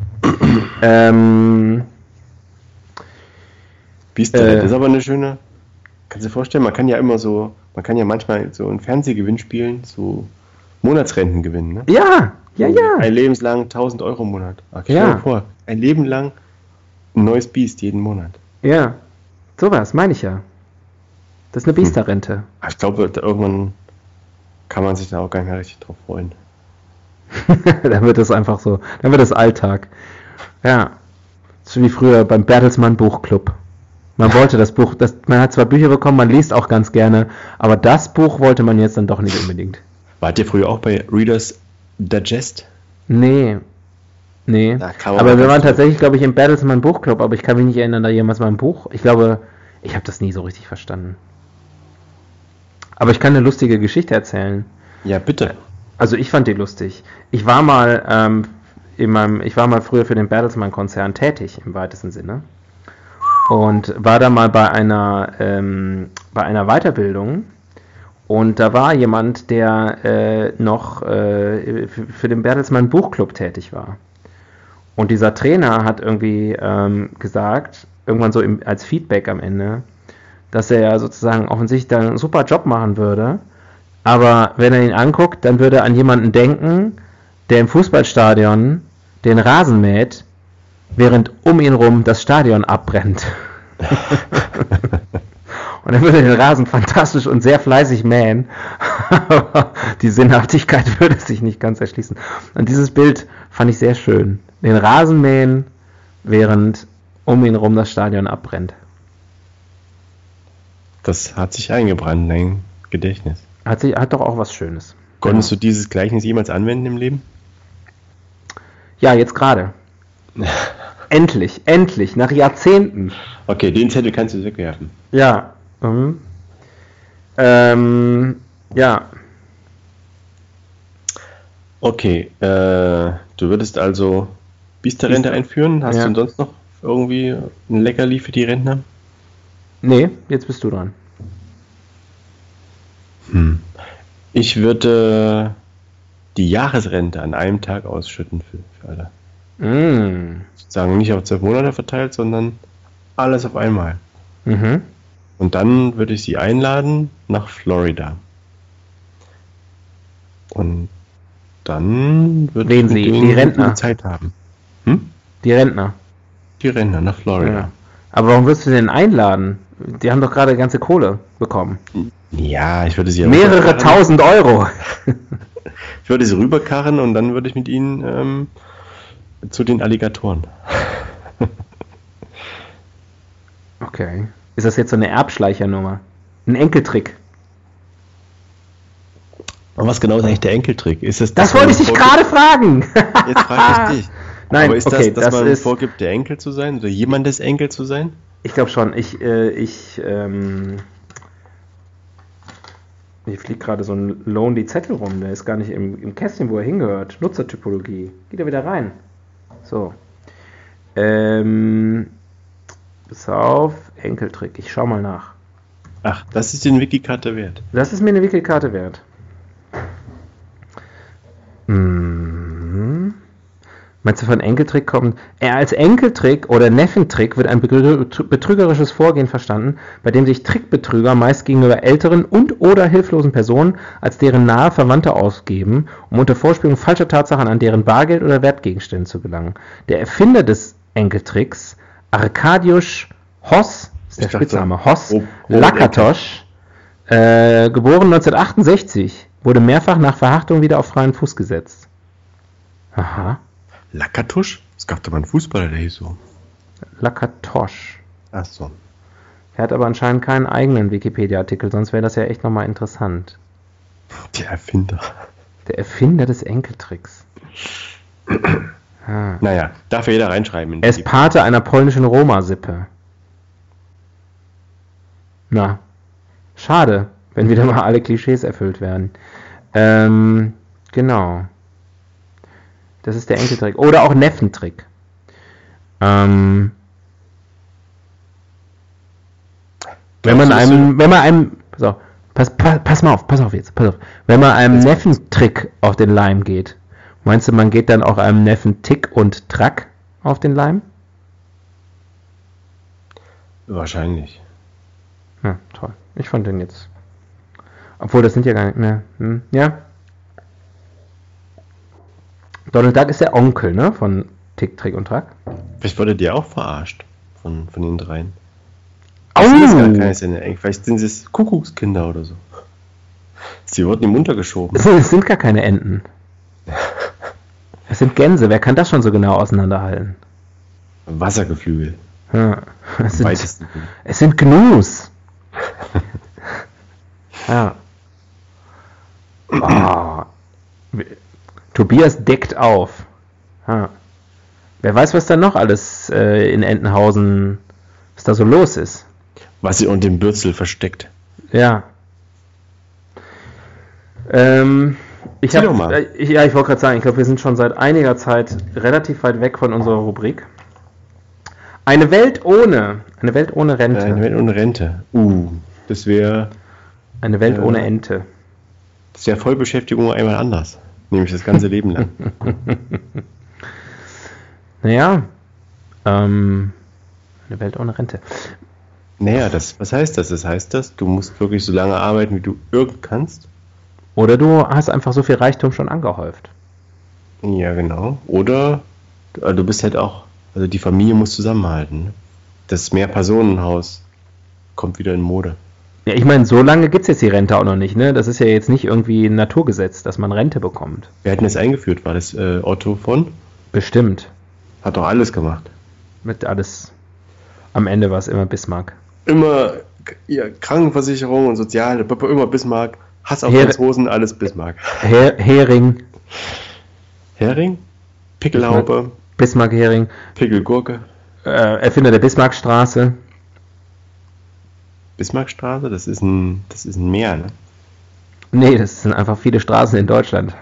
B: Biester, das ist aber eine schöne. Kannst du dir vorstellen, man kann ja manchmal so ein Fernsehgewinn spielen, so Monatsrenten gewinnen, ne?
A: Ja.
B: Ein lebenslang 1.000 € im Monat. Stell dir vor, ein Leben lang ein neues Biest jeden Monat.
A: Ja, sowas meine ich ja. Das ist eine Biester-Rente.
B: Ich glaube, irgendwann kann man sich da auch gar nicht mehr richtig drauf freuen.
A: Dann wird das einfach so, dann wird das Alltag. Ja, so wie früher beim Bertelsmann Buchclub. Man wollte das Buch, man hat zwar Bücher bekommen, man liest auch ganz gerne, aber das Buch wollte man jetzt dann doch nicht unbedingt.
B: Wart ihr früher auch bei Reader's Digest?
A: Nee. Aber wir waren tatsächlich, glaube ich, im Bertelsmann Buchclub, aber ich kann mich nicht erinnern, da jemals mal ein Buch. Ich glaube, ich habe das nie so richtig verstanden. Aber ich kann eine lustige Geschichte erzählen.
B: Ja, bitte.
A: Also ich fand die lustig. Ich war mal früher für den Bertelsmann-Konzern tätig, im weitesten Sinne. Und war da mal bei einer Weiterbildung. Und da war jemand, der noch für den Bertelsmann Buchclub tätig war. Und dieser Trainer hat irgendwie gesagt, irgendwann so als Feedback am Ende, dass er ja sozusagen offensichtlich dann einen super Job machen würde. Aber wenn er ihn anguckt, dann würde er an jemanden denken, der im Fußballstadion den Rasen mäht, während um ihn rum das Stadion abbrennt. Und er würde den Rasen fantastisch und sehr fleißig mähen, aber die Sinnhaftigkeit würde sich nicht ganz erschließen. Und dieses Bild fand ich sehr schön. Den Rasen mähen, während um ihn rum das Stadion abbrennt.
B: Das hat sich eingebrannt in dein Gedächtnis.
A: Hat doch auch was Schönes.
B: Konntest du dieses Gleichnis jemals anwenden im Leben?
A: Ja, jetzt gerade. Endlich, nach Jahrzehnten.
B: Okay, den Zettel kannst du wegwerfen.
A: Ja. Ja.
B: Okay, du würdest also Biester-Rente einführen? Hast du sonst noch irgendwie ein Leckerli für die Rentner?
A: Nee, jetzt bist du dran.
B: Ich würde die Jahresrente an einem Tag ausschütten für alle. Sozusagen nicht auf 12 Monate verteilt, sondern alles auf einmal. Und dann würde ich sie einladen nach Florida. Und dann würde ich mit denen
A: die Rentner
B: Zeit haben.
A: Die Rentner.
B: Die Rentner nach Florida.
A: Ja. Aber warum wirst du denn einladen? Die haben doch gerade ganze Kohle bekommen.
B: Ja, ich würde sie
A: mehrere tausend Euro.
B: Ich würde sie rüberkarren und dann würde ich mit ihnen zu den Alligatoren.
A: Okay. Ist das jetzt so eine Erbschleichernummer? Ein Enkeltrick?
B: Und was genau ist eigentlich der Enkeltrick? Ist
A: das wollte ich dich gerade fragen.
B: Jetzt frage ich dich.
A: Nein,
B: aber ist
A: okay,
B: dass man vorgibt, der Enkel zu sein oder jemandes Enkel zu sein?
A: Ich glaube schon. Hier fliegt gerade so ein Lonely Zettel rum. Der ist gar nicht im Kästchen, wo er hingehört. Nutzertypologie. Geht er wieder rein. So. Pass auf. Enkeltrick. Ich schau mal nach.
B: Ach, das ist den Wikikarte wert.
A: Das ist mir eine Wikikarte wert. Meinst du, von Enkeltrick kommt? Als Enkeltrick oder Neffentrick wird ein betrügerisches Vorgehen verstanden, bei dem sich Trickbetrüger meist gegenüber älteren und oder hilflosen Personen als deren nahe Verwandte ausgeben, um unter Vorspielung falscher Tatsachen an deren Bargeld oder Wertgegenstände zu gelangen. Der Erfinder des Enkeltricks, Arkadiusz Hoss, ist der Spitzname, Hoss Lakatos, geboren 1968, wurde mehrfach nach Verhaftung wieder auf freien Fuß gesetzt. Aha.
B: Lakatosch? Es gab doch mal einen Fußballer, der hieß so.
A: Lakatosch.
B: Ach so.
A: Er hat aber anscheinend keinen eigenen Wikipedia-Artikel, sonst wäre das ja echt nochmal interessant.
B: Der Erfinder.
A: Der Erfinder des Enkeltricks.
B: Naja, darf ja jeder reinschreiben.
A: Er ist Pate einer polnischen Roma-Sippe. Na, schade, wenn wieder mal alle Klischees erfüllt werden. Genau. Das ist der Enkeltrick. Oder auch Neffentrick. Wenn man einem, pass auf jetzt. Wenn man einem Neffentrick auf den Leim geht, meinst du, man geht dann auch einem Neffentick und Track auf den Leim?
B: Wahrscheinlich.
A: Ja, toll. Ich fand den jetzt. Obwohl, das sind ja gar nicht mehr. Ja. Donald Duck ist der Onkel, ne? Von Tick, Trick und Track.
B: Vielleicht wurde der auch verarscht von den dreien. Vielleicht sind es Kuckuckskinder oder so. Sie wurden ihm untergeschoben.
A: Es sind gar keine Enten. Es sind Gänse. Wer kann das schon so genau auseinanderhalten?
B: Wassergeflügel.
A: Ja, es sind Gnus. Ja. Oh. Tobias deckt auf. Ha. Wer weiß, was da noch alles in Entenhausen, was da so los ist.
B: Was sie unter dem Bürzel versteckt.
A: Ja. Ich wollte gerade sagen, ich glaube, wir sind schon seit einiger Zeit relativ weit weg von unserer Rubrik. Eine Welt ohne Rente.
B: Eine Welt ohne Rente. Das wäre...
A: Eine Welt ohne Ente.
B: Das wäre Vollbeschäftigung einmal anders. Nämlich das ganze Leben lang.
A: Naja, eine Welt ohne Rente.
B: Naja, was heißt das? Das heißt, du musst wirklich so lange arbeiten, wie du irgend kannst.
A: Oder du hast einfach so viel Reichtum schon angehäuft.
B: Ja, genau. Oder du bist halt auch, also die Familie muss zusammenhalten. Das Mehrpersonenhaus kommt wieder in Mode.
A: Ja, ich meine, so lange gibt es jetzt die Rente auch noch nicht, ne? Das ist ja jetzt nicht irgendwie ein Naturgesetz, dass man Rente bekommt.
B: Wer hat denn das eingeführt? War das Otto von?
A: Bestimmt.
B: Hat doch alles gemacht.
A: Mit alles. Am Ende war es immer Bismarck.
B: Immer Krankenversicherung und Soziale, immer Bismarck. Hass auf Franzosen, alles Bismarck.
A: Hering.
B: Hering? Pickelhaube.
A: Bismarck-Hering.
B: Pickelgurke.
A: Erfinder der Bismarckstraße.
B: Bismarckstraße? Das ist ein Meer, ne?
A: Nee, das sind einfach viele Straßen in Deutschland.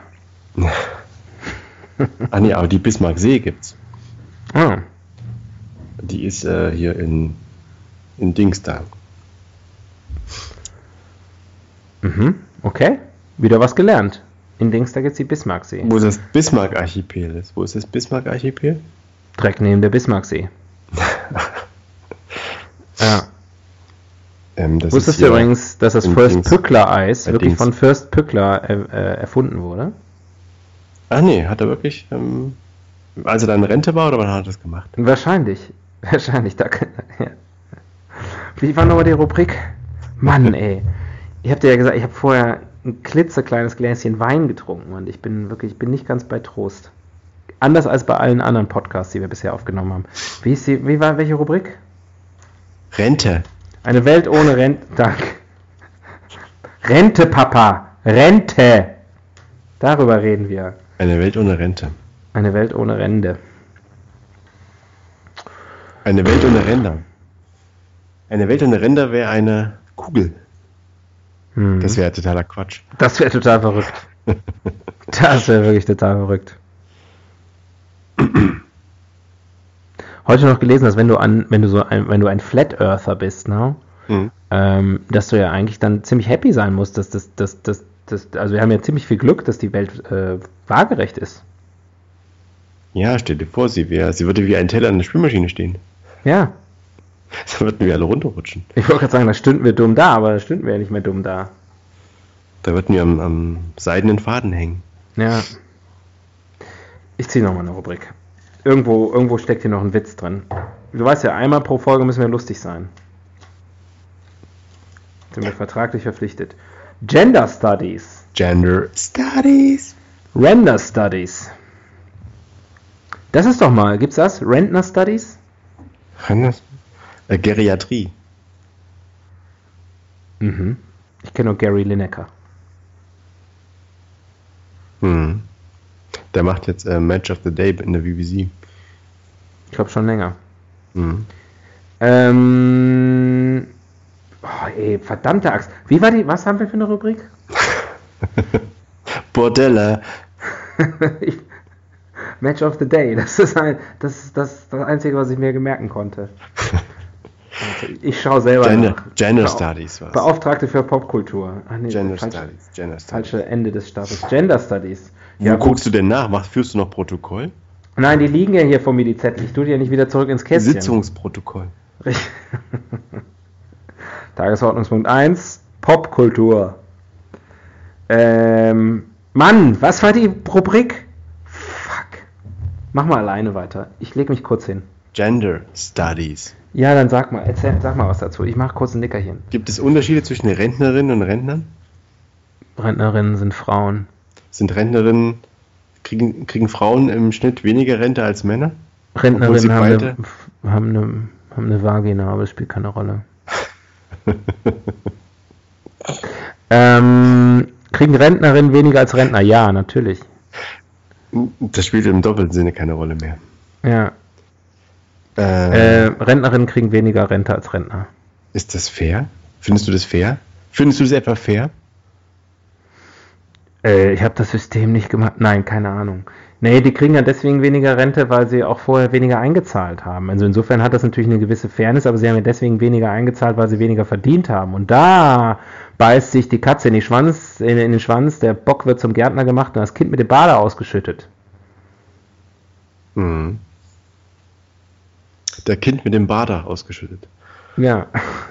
B: Ach nee, aber die Bismarcksee gibt's.
A: Ah.
B: Die ist hier in Dings da.
A: Mhm. Okay, wieder was gelernt. In Dingster gibt es die Bismarcksee.
B: Wo das Bismarck-Archipel ist. Wo ist das Bismarck-Archipel?
A: Direkt neben der Bismarcksee. Ja. Wusstest du übrigens, dass das Fürst Pückler-Eis wirklich von Fürst Pückler erfunden wurde?
B: Ach nee, hat er wirklich, als er dann in Rente war, oder wann hat er das gemacht?
A: Wahrscheinlich, ja. Wie war nochmal die Rubrik? Mann, ey. Ich hab dir ja gesagt, ich habe vorher ein klitzekleines Gläschen Wein getrunken und ich bin nicht ganz bei Trost. Anders als bei allen anderen Podcasts, die wir bisher aufgenommen haben. Wie war welche Rubrik?
B: Rente.
A: Eine Welt ohne Rente. Danke. Rente, Papa. Rente. Darüber reden wir.
B: Eine Welt ohne Rente.
A: Eine Welt ohne Rente.
B: Eine Welt ohne Ränder. Eine Welt ohne Ränder wäre eine Kugel. Das wäre totaler Quatsch.
A: Das wäre total verrückt. Das wäre wirklich total verrückt. Heute noch gelesen, dass wenn du ein Flat Earther bist, ne, dass du ja eigentlich dann ziemlich happy sein musst, dass also wir haben ja ziemlich viel Glück, dass die Welt waagerecht ist.
B: Ja, stell dir vor, sie würde wie ein Teller in der Spülmaschine stehen.
A: Ja.
B: Da würden wir alle runterrutschen.
A: Ich wollte gerade sagen, da stünden wir dumm da, aber da stünden wir ja nicht mehr dumm da.
B: Da würden wir am seidenen Faden hängen.
A: Ja. Ich ziehe nochmal eine Rubrik. Irgendwo steckt hier noch ein Witz drin. Du weißt ja, einmal pro Folge müssen wir lustig sein. Sind wir vertraglich verpflichtet. Gender Studies.
B: Gender Studies.
A: Render Studies. Das ist doch mal, gibt's das? Rentner Studies?
B: Geriatrie.
A: Mhm. Ich kenne nur Gary Lineker.
B: Der macht jetzt Match of the Day in der BBC.
A: Ich glaube schon länger. Verdammte Axt. Was haben wir für eine Rubrik?
B: Bordelle.
A: Match of the Day. Das ist das Einzige, was ich mir merken konnte. Also ich schaue selber nach.
B: Gender Studies was.
A: Beauftragte für Popkultur. Ach nee,
B: Gender Studies.
A: Falsche Ende des Status. Gender Studies.
B: Wo guckst du denn nach? Führst du noch Protokoll?
A: Nein, die liegen ja hier vor mir, die Zettel. Ich tue die ja nicht wieder zurück ins Kästchen.
B: Sitzungsprotokoll.
A: Tagesordnungspunkt 1, Popkultur. Mann, was war die Rubrik? Fuck. Mach mal alleine weiter. Ich lege mich kurz hin.
B: Gender Studies.
A: Ja, dann sag mal was dazu. Ich mache kurz ein Nickerchen.
B: Gibt es Unterschiede zwischen Rentnerinnen und Rentnern?
A: Rentnerinnen sind Frauen.
B: Sind Rentnerinnen, kriegen Frauen im Schnitt weniger Rente als Männer?
A: Rentnerinnen haben eine Vagina, aber es spielt keine Rolle. Kriegen Rentnerinnen weniger als Rentner? Ja, natürlich.
B: Das spielt im doppelten Sinne keine Rolle mehr.
A: Ja. Rentnerinnen kriegen weniger Rente als Rentner.
B: Ist das fair? Findest du das fair? Findest du das etwa fair?
A: Ich habe das System nicht gemacht. Nein, keine Ahnung. Nee, die kriegen ja deswegen weniger Rente, weil sie auch vorher weniger eingezahlt haben. Also insofern hat das natürlich eine gewisse Fairness, aber sie haben ja deswegen weniger eingezahlt, weil sie weniger verdient haben. Und da beißt sich die Katze in den Schwanz, der Bock wird zum Gärtner gemacht und das Kind mit dem Bade ausgeschüttet.
B: Der Kind mit dem Bader ausgeschüttet.
A: Ja.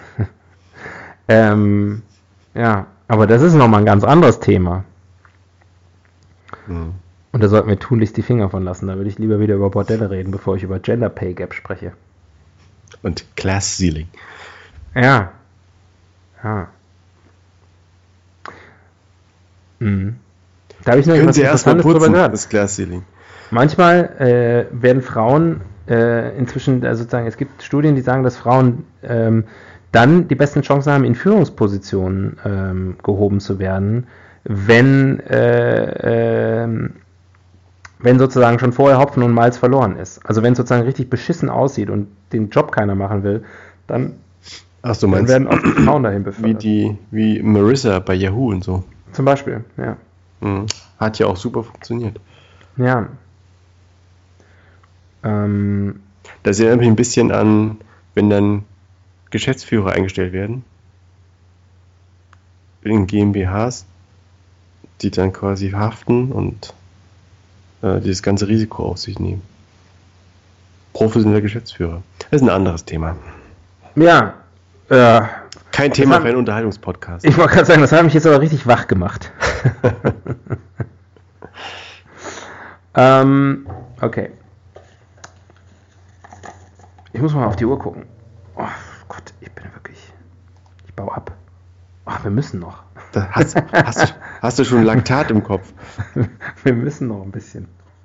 A: Ja, aber das ist nochmal ein ganz anderes Thema. Und da sollten wir tunlichst die Finger von lassen. Da würde ich lieber wieder über Bordelle reden, bevor ich über Gender Pay Gap spreche.
B: Und Class Ceiling.
A: Ja. Da habe ich noch etwas Interessantes drüber gehört.
B: Das Class Ceiling.
A: Manchmal werden Frauen inzwischen, also sozusagen, es gibt Studien, die sagen, dass Frauen dann die besten Chancen haben, in Führungspositionen gehoben zu werden, wenn sozusagen schon vorher Hopfen und Malz verloren ist. Also wenn es sozusagen richtig beschissen aussieht und den Job keiner machen will, dann, dann werden auch die Frauen dahin befördert.
B: Wie Marissa bei Yahoo und so.
A: Zum Beispiel, ja.
B: Hat ja auch super funktioniert.
A: Ja.
B: Das erinnert mich ein bisschen an, wenn dann Geschäftsführer eingestellt werden in GmbHs, die dann quasi haften und dieses ganze Risiko auf sich nehmen. Professioneller Geschäftsführer. Das ist ein anderes Thema.
A: Ja.
B: Kein Thema für einen Unterhaltungspodcast.
A: Ich wollte gerade sagen, das hat mich jetzt aber richtig wach gemacht. Okay. Ich muss mal auf die Uhr gucken. Oh Gott, ich baue ab. Oh, wir müssen noch.
B: Hast du schon Laktat im Kopf?
A: Wir müssen noch ein bisschen.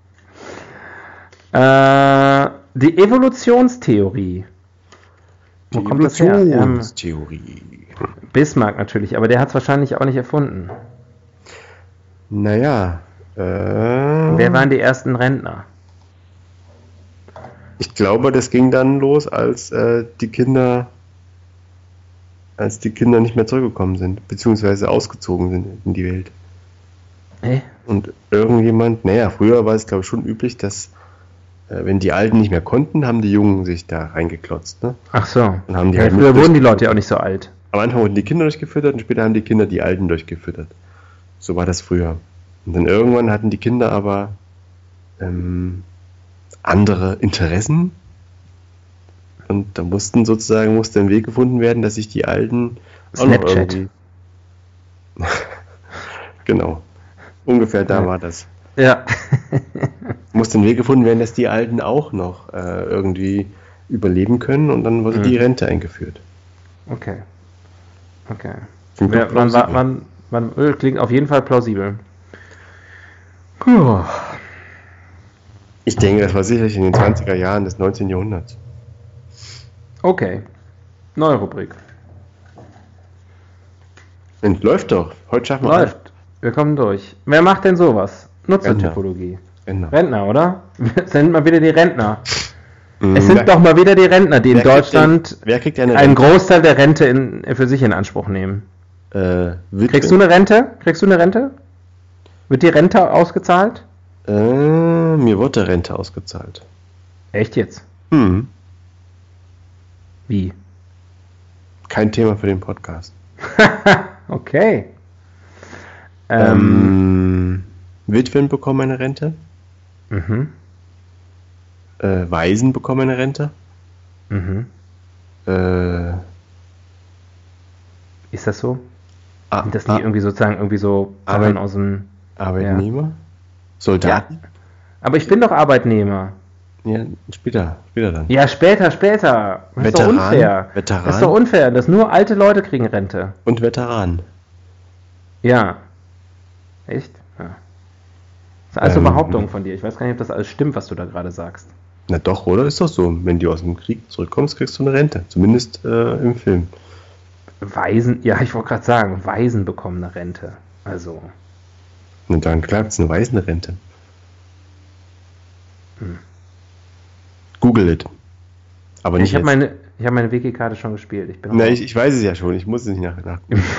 A: Die Evolutionstheorie. Wo kommt das her?
B: Evolutionstheorie.
A: Bismarck natürlich, aber der hat es wahrscheinlich auch nicht erfunden.
B: Naja.
A: Wer waren die ersten Rentner?
B: Ich glaube, das ging dann los, als die Kinder nicht mehr zurückgekommen sind, beziehungsweise ausgezogen sind in die Welt. Und irgendjemand, früher war es, glaube ich, schon üblich, dass wenn die Alten nicht mehr konnten, haben die Jungen sich da reingeklotzt. Ne?
A: Ach so.
B: Und haben die
A: früher wurden die Leute ja auch nicht so alt.
B: Am Anfang wurden die Kinder durchgefüttert und später haben die Kinder die Alten durchgefüttert. So war das früher. Und dann irgendwann hatten die Kinder aber andere Interessen. Und da musste ein Weg gefunden werden, dass sich die Alten
A: Snapchat.
B: Genau. Ungefähr da war das.
A: Ja.
B: Musste ein Weg gefunden werden, dass die Alten auch noch irgendwie überleben können, und dann wurde die Rente eingeführt.
A: Okay. Man klingt auf jeden Fall plausibel.
B: Ich denke, das war sicherlich in den 20er Jahren des 19. Jahrhunderts.
A: Okay. Neue Rubrik.
B: Und läuft doch. Heute schaffen wir
A: Läuft. Wir kommen durch. Wer macht denn sowas? Nutzertypologie. Rentner, oder? Es sind mal wieder die Rentner. Es sind doch mal wieder die Rentner, die in Deutschland einen Großteil der Rente für sich in Anspruch nehmen. Kriegst du eine Rente? Wird die Rente ausgezahlt?
B: Mir wurde Rente ausgezahlt.
A: Echt jetzt? Wie?
B: Kein Thema für den Podcast.
A: Okay.
B: Witwen bekommen eine Rente. Waisen bekommen eine Rente.
A: Ist das so? Sind das nicht irgendwie so Zahlen aus dem...
B: Arbeitnehmer? Ja. Soldaten?
A: Ja. Aber ich bin doch Arbeitnehmer.
B: Ja, später dann.
A: Ja, später. Das ist doch unfair.
B: Veteran?
A: Das ist doch unfair, dass nur alte Leute kriegen Rente.
B: Und Veteran.
A: Ja. Echt? Ja. Das ist alles so Behauptungen von dir. Ich weiß gar nicht, ob das alles stimmt, was du da gerade sagst.
B: Na doch, oder? Ist doch so. Wenn du aus dem Krieg zurückkommst, kriegst du eine Rente. Zumindest im Film.
A: Waisen, ja, ich wollte gerade sagen, Waisen bekommen eine Rente. Also.
B: Na dann, klar, es ist eine Waisenrente. Google it. Aber nicht
A: ich habe meine Wiki-Karte schon gespielt.
B: Ich weiß es ja schon. Ich muss es nicht nachgucken.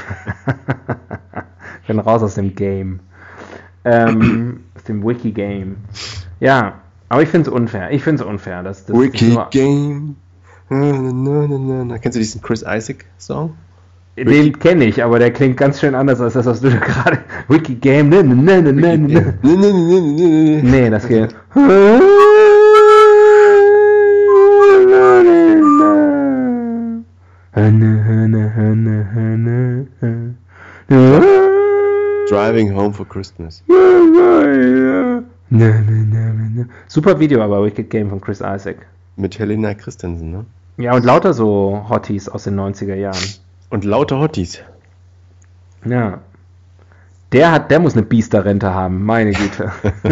A: Ich bin raus aus dem Game. Aus dem Wiki-Game. Ja, aber ich finde es unfair. Das
B: Wiki-Game. Kennst du diesen Chris Isaac-Song?
A: Den kenne ich, aber der klingt ganz schön anders als das, was du da gerade... Wiki-Game. Nee, das geht...
B: Driving Home for Christmas.
A: Super Video, aber Wicked Game von Chris Isaac.
B: Mit Helena Christensen, ne?
A: Ja, und lauter so Hotties aus den 90er Jahren.
B: Und lauter Hotties.
A: Ja. Der muss eine Biester-Rente haben, meine Güte.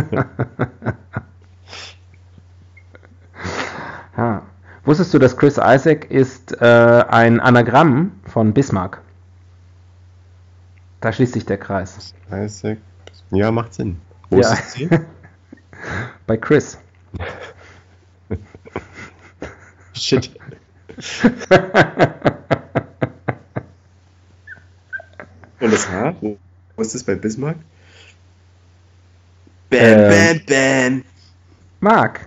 A: Ja. Wusstest du, dass Chris Isaac ist ein Anagramm von Bismarck? Da schließt sich der Kreis.
B: Isaac. Ja, macht Sinn. Wo ist das Ziel?
A: Bei Chris.
B: Shit. Und das H? Wo ist das bei Bismarck? Bam.
A: Mark.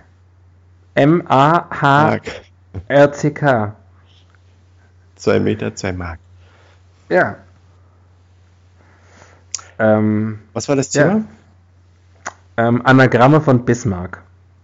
A: M-A-H-R-C-K.
B: 2 Meter, 2 Mark.
A: Ja.
B: Was war das Thema?
A: Anagramme von Bismarck.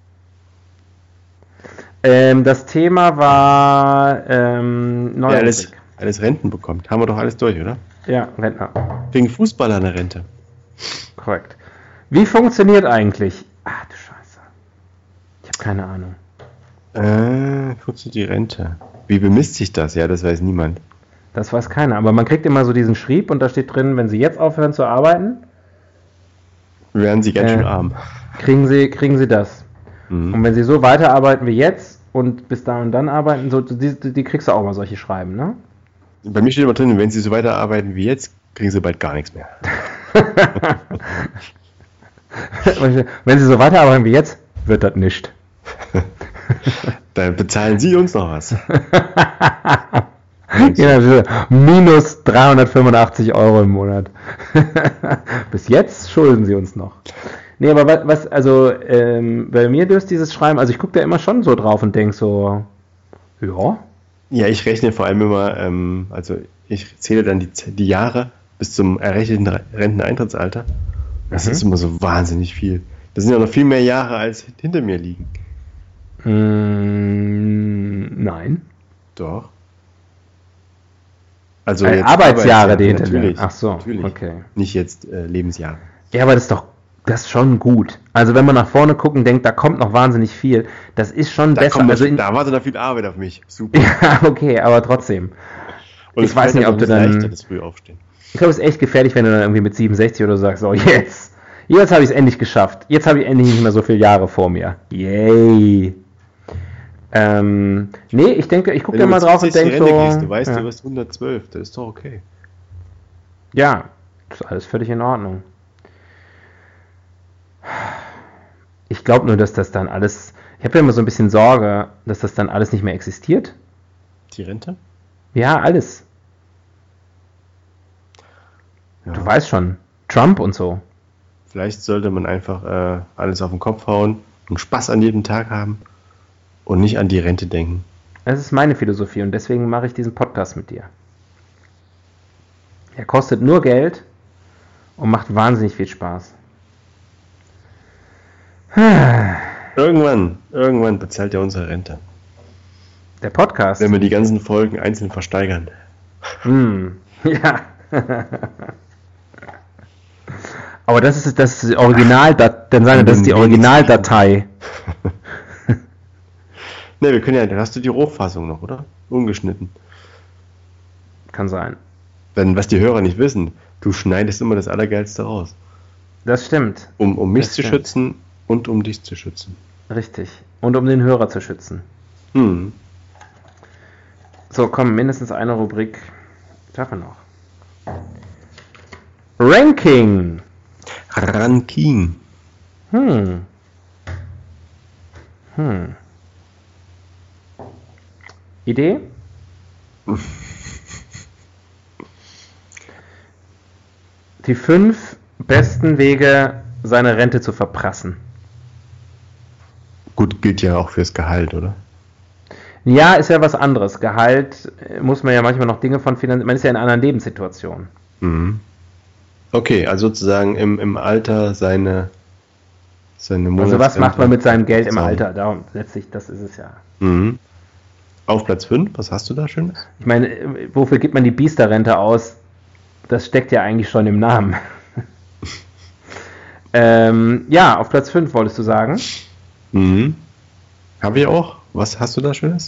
A: Das Thema war
B: Wer alles Renten bekommt. Haben wir doch alles durch, oder?
A: Ja, Rentner.
B: Wegen Fußballer eine Rente.
A: Korrekt. Wie funktioniert eigentlich? Ach du Scheiße. Ich habe keine Ahnung.
B: Funktioniert die Rente. Wie bemisst sich das? Ja, das weiß niemand.
A: Das weiß keiner. Aber man kriegt immer so diesen Schrieb und da steht drin, wenn Sie jetzt aufhören zu arbeiten,
B: werden Sie ganz schön arm.
A: Kriegen Sie das. Und wenn Sie so weiterarbeiten wie jetzt und bis da und dann arbeiten, so, die kriegst du auch mal solche Schreiben, ne?
B: Bei mir steht immer drin, wenn Sie so weiterarbeiten wie jetzt, kriegen Sie bald gar nichts mehr.
A: Wenn Sie so weiterarbeiten wie jetzt, wird das nicht.
B: Dann bezahlen Sie uns noch was.
A: Genau, minus 385 € im Monat. Bis jetzt schulden Sie uns noch. Nee, aber bei mir löst dieses Schreiben, also ich gucke da immer schon so drauf und denke so, ja.
B: Ja, ich rechne vor allem immer, also ich zähle dann die Jahre bis zum errechneten Renteneintrittsalter. Das ist immer so wahnsinnig viel. Das sind ja noch viel mehr Jahre, als hinter mir liegen.
A: Nein.
B: Doch. Also
A: jetzt Arbeitsjahre, die hinter mir. Ach so,
B: natürlich.
A: Okay.
B: Nicht jetzt Lebensjahre.
A: Ja, aber das ist schon gut. Also wenn man nach vorne guckt und denkt, da kommt noch wahnsinnig viel, das ist schon besser.
B: Da wartet da viel Arbeit auf mich. Super.
A: Ja, okay, aber trotzdem.
B: Und ich weiß nicht, ob du dann... Das früh aufstehen.
A: Ich glaube, es ist echt gefährlich, wenn du dann irgendwie mit 67 oder so sagst, so jetzt habe ich es endlich geschafft. Jetzt habe ich endlich nicht mehr so viele Jahre vor mir. Yay. Nee, ich denke, ich gucke da mal drauf und denke so...
B: Gehst, du weißt, du wirst 112, das ist doch okay.
A: Ja, das ist alles völlig in Ordnung. Ich glaube nur, dass das dann alles... Ich habe ja immer so ein bisschen Sorge, dass das dann alles nicht mehr existiert.
B: Die Rente?
A: Ja, alles. Ja. Du weißt schon, Trump und so.
B: Vielleicht sollte man einfach alles auf den Kopf hauen und Spaß an jedem Tag haben und nicht an die Rente denken.
A: Das ist meine Philosophie und deswegen mache ich diesen Podcast mit dir. Er kostet nur Geld und macht wahnsinnig viel Spaß.
B: Irgendwann bezahlt er unsere Rente.
A: Der Podcast?
B: Wenn wir die ganzen Folgen einzeln versteigern.
A: Ja. Aber das ist die Originaldatei. Dann sagen wir, das ist die Originaldatei.
B: Ne, wir können ja, dann hast du die Rohfassung noch, oder? Ungeschnitten.
A: Kann sein.
B: Denn was die Hörer nicht wissen, du schneidest immer das Allergeilste raus.
A: Das stimmt.
B: Um mich zu schützen und um dich zu schützen.
A: Richtig. Und um den Hörer zu schützen. So, komm, mindestens eine Rubrik. Schaffen wir noch. Ranking. Idee? Die 5 besten Wege, seine Rente zu verprassen.
B: Gut, gilt ja auch fürs Gehalt, oder?
A: Ja, ist ja was anderes. Gehalt muss man ja manchmal noch Dinge von finanzieren. Man ist ja in einer anderen Lebenssituation.
B: Okay, also sozusagen im Alter seine Monatsrente.
A: Also was macht man mit seinem Geld im Alter? Darum letztlich, das ist es ja.
B: Auf Platz 5, was hast du da Schönes?
A: Ich meine, wofür gibt man die Biester-Rente aus? Das steckt ja eigentlich schon im Namen. Ja, auf Platz 5 wolltest du sagen?
B: Habe ich auch. Was hast du da Schönes?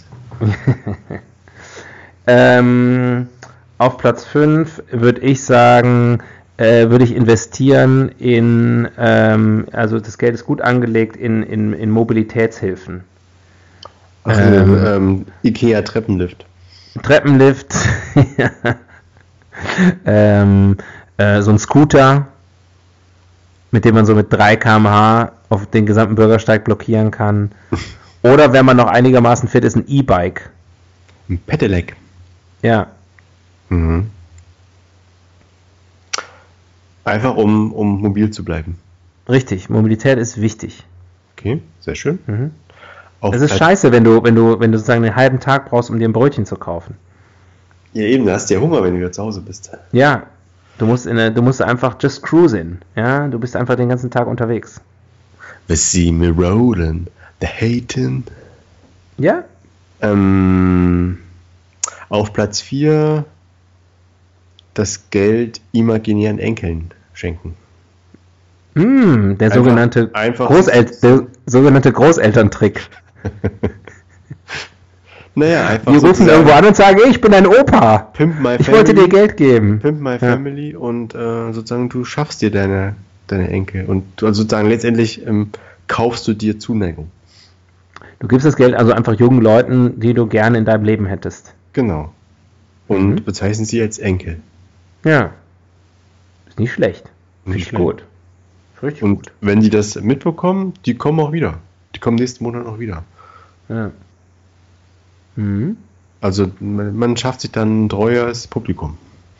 A: Auf Platz 5 würde ich sagen, würde ich investieren in, also das Geld ist gut angelegt in Mobilitätshilfen.
B: Ikea Treppenlift.
A: So ein Scooter, mit dem man so mit 3 km/h auf den gesamten Bürgersteig blockieren kann. Oder wenn man noch einigermaßen fit ist, ein E-Bike.
B: Ein Pedelec.
A: Ja.
B: Einfach um mobil zu bleiben.
A: Richtig, Mobilität ist wichtig.
B: Okay, sehr schön.
A: Es ist scheiße, wenn du sozusagen einen halben Tag brauchst, um dir ein Brötchen zu kaufen.
B: Ja eben, da hast du ja Hunger, wenn du wieder zu Hause bist.
A: Ja, Du musst einfach just cruising. Ja, du bist einfach den ganzen Tag unterwegs.
B: We see me rolling, the hating.
A: Ja?
B: Auf Platz 4 das Geld imaginären Enkeln schenken.
A: Der sogenannte Großelterntrick.
B: Naja, einfach
A: die rufen irgendwo an und sagen, ich bin dein Opa. Ich wollte dir Geld geben.
B: Pimp my family und sozusagen du schaffst dir deine Enkel. Und also sozusagen letztendlich kaufst du dir Zuneigung.
A: Du gibst das Geld also einfach jungen Leuten, die du gerne in deinem Leben hättest.
B: Genau. Und bezeichnest sie als Enkel.
A: Ja. Ist nicht schlecht. Finde ich
B: schlecht.
A: gut. Richtig
B: Und
A: gut.
B: wenn die das mitbekommen, die kommen auch wieder. Die kommen nächsten Monat auch wieder.
A: Ja.
B: Also man schafft sich dann ein treues Publikum.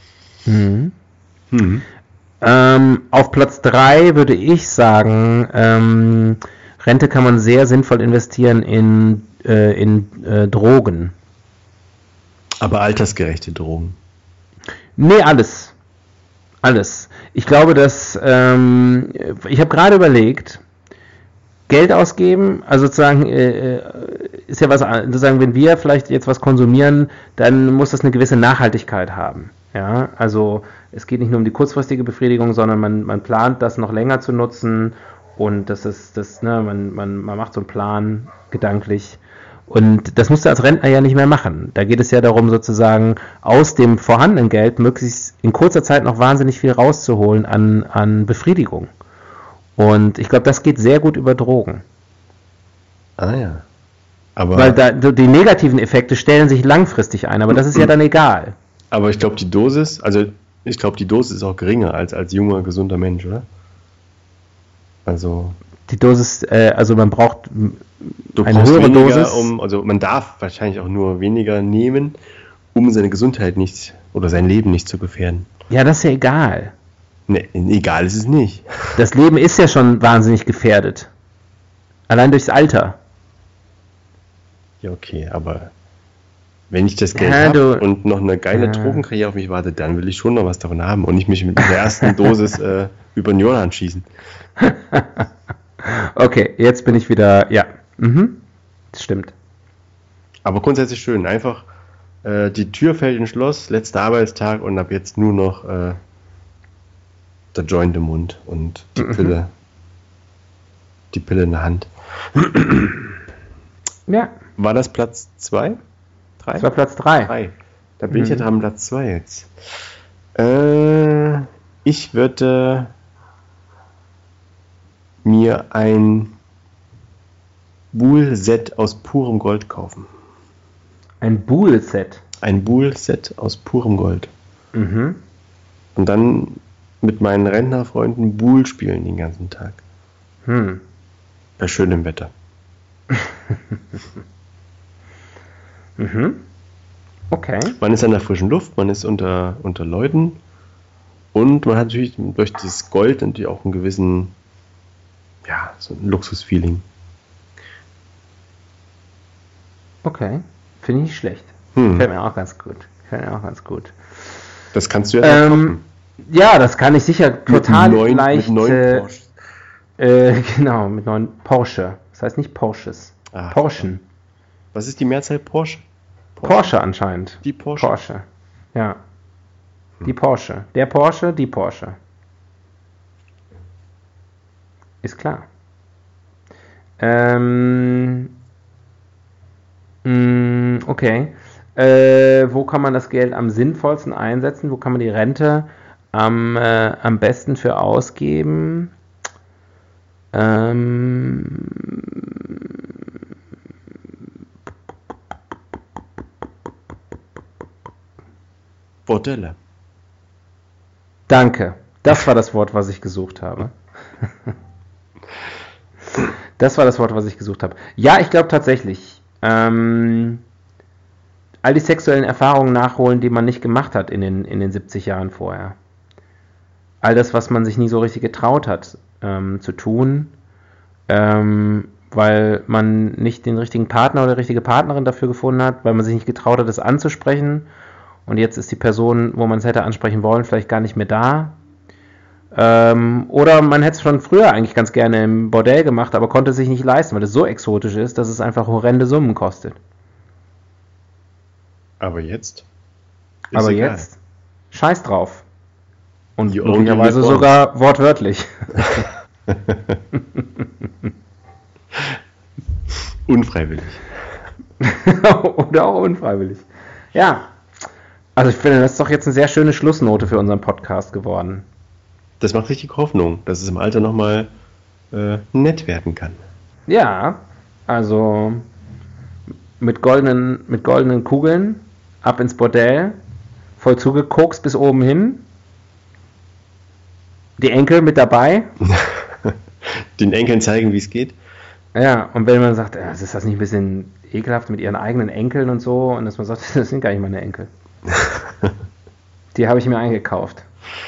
A: Auf Platz 3 würde ich sagen, Rente kann man sehr sinnvoll investieren in Drogen.
B: Aber altersgerechte Drogen.
A: Nee, alles. Alles. Ich glaube, dass ich habe gerade überlegt, Geld ausgeben, also sozusagen ist ja was, sozusagen, wenn wir vielleicht jetzt was konsumieren, dann muss das eine gewisse Nachhaltigkeit haben. Ja, also es geht nicht nur um die kurzfristige Befriedigung, sondern man plant das noch länger zu nutzen und man macht so einen Plan gedanklich. Und das musst du als Rentner ja nicht mehr machen. Da geht es ja darum, sozusagen aus dem vorhandenen Geld möglichst in kurzer Zeit noch wahnsinnig viel rauszuholen an Befriedigung. Und ich glaube, das geht sehr gut über Drogen.
B: Ah ja. Aber
A: weil die negativen Effekte stellen sich langfristig ein, aber das ist ja dann egal.
B: Aber ich glaube, die Dosis ist auch geringer als junger, gesunder Mensch, oder? Also
A: die Dosis, also man braucht
B: eine höhere Dosis. Also man darf wahrscheinlich auch nur weniger nehmen, um seine Gesundheit nicht oder sein Leben nicht zu gefährden.
A: Ja, das ist ja egal.
B: Ne, egal ist es nicht.
A: Das Leben ist ja schon wahnsinnig gefährdet. Allein durchs Alter.
B: Ja, okay, aber wenn ich das Geld habe und noch eine geile Drogenkarriere auf mich wartet, dann will ich schon noch was davon haben und nicht mich mit der ersten Dosis über den Jordan schießen.
A: Okay, jetzt bin ich wieder, ja. Das stimmt.
B: Aber grundsätzlich schön. Einfach die Tür fällt ins Schloss, letzter Arbeitstag und ab jetzt nur noch der Joint im Mund und die Pille in der Hand.
A: Ja.
B: War das Platz 2? 3?
A: Das war Platz 3.
B: Da bin ich ja dran, Platz 2 jetzt. Ich würde mir ein Buhl-Set aus purem Gold kaufen.
A: Ein Buhl-Set?
B: Ein Buhl-Set aus purem Gold.
A: Und
B: dann mit meinen Rentnerfreunden Buhl spielen den ganzen Tag. Bei schönem Wetter.
A: Okay.
B: Man ist an der frischen Luft, man ist unter Leuten und man hat natürlich durch das Gold natürlich auch einen gewissen, ja, so ein Luxusfeeling.
A: Okay, finde ich nicht schlecht. Fällt mir auch ganz gut.
B: Das kannst du ja kaufen.
A: Ja, das kann ich sicher total leicht.
B: Mit 9 Porsche.
A: Genau, mit 9 Porsche. Das heißt nicht Porsches. Porschen.
B: Was ist die Mehrzahl Porsche?
A: Porsche anscheinend.
B: Die Porsche.
A: Porsche. Ja. Die Porsche. Der Porsche, die Porsche. Ist klar. Okay. Wo kann man das Geld am sinnvollsten einsetzen? Wo kann man die Rente am besten für ausgeben?
B: Bordelle.
A: Danke. Das war das Wort, was ich gesucht habe. Ja, ich glaube tatsächlich. All die sexuellen Erfahrungen nachholen, die man nicht gemacht hat in den 70 Jahren vorher. All das, was man sich nie so richtig getraut hat zu tun, weil man nicht den richtigen Partner oder die richtige Partnerin dafür gefunden hat, weil man sich nicht getraut hat, das anzusprechen und jetzt ist die Person, wo man es hätte ansprechen wollen, vielleicht gar nicht mehr da. Oder man hätte es schon früher eigentlich ganz gerne im Bordell gemacht, aber konnte es sich nicht leisten, weil es so exotisch ist, dass es einfach horrende Summen kostet.
B: Aber jetzt?
A: Aber egal. Jetzt? Scheiß drauf. Und möglicherweise sogar wortwörtlich.
B: Unfreiwillig.
A: Oder auch unfreiwillig. Ja. Also ich finde, das ist doch jetzt eine sehr schöne Schlussnote für unseren Podcast geworden.
B: Das macht richtig Hoffnung, dass es im Alter nochmal nett werden kann.
A: Ja, also mit goldenen Kugeln ab ins Bordell, voll zugekokst bis oben hin. Die Enkel mit dabei.
B: Den Enkeln zeigen, wie es geht.
A: Ja, und wenn man sagt, ist das nicht ein bisschen ekelhaft mit ihren eigenen Enkeln und so, und dass man sagt, das sind gar nicht meine Enkel. Die habe ich mir eingekauft.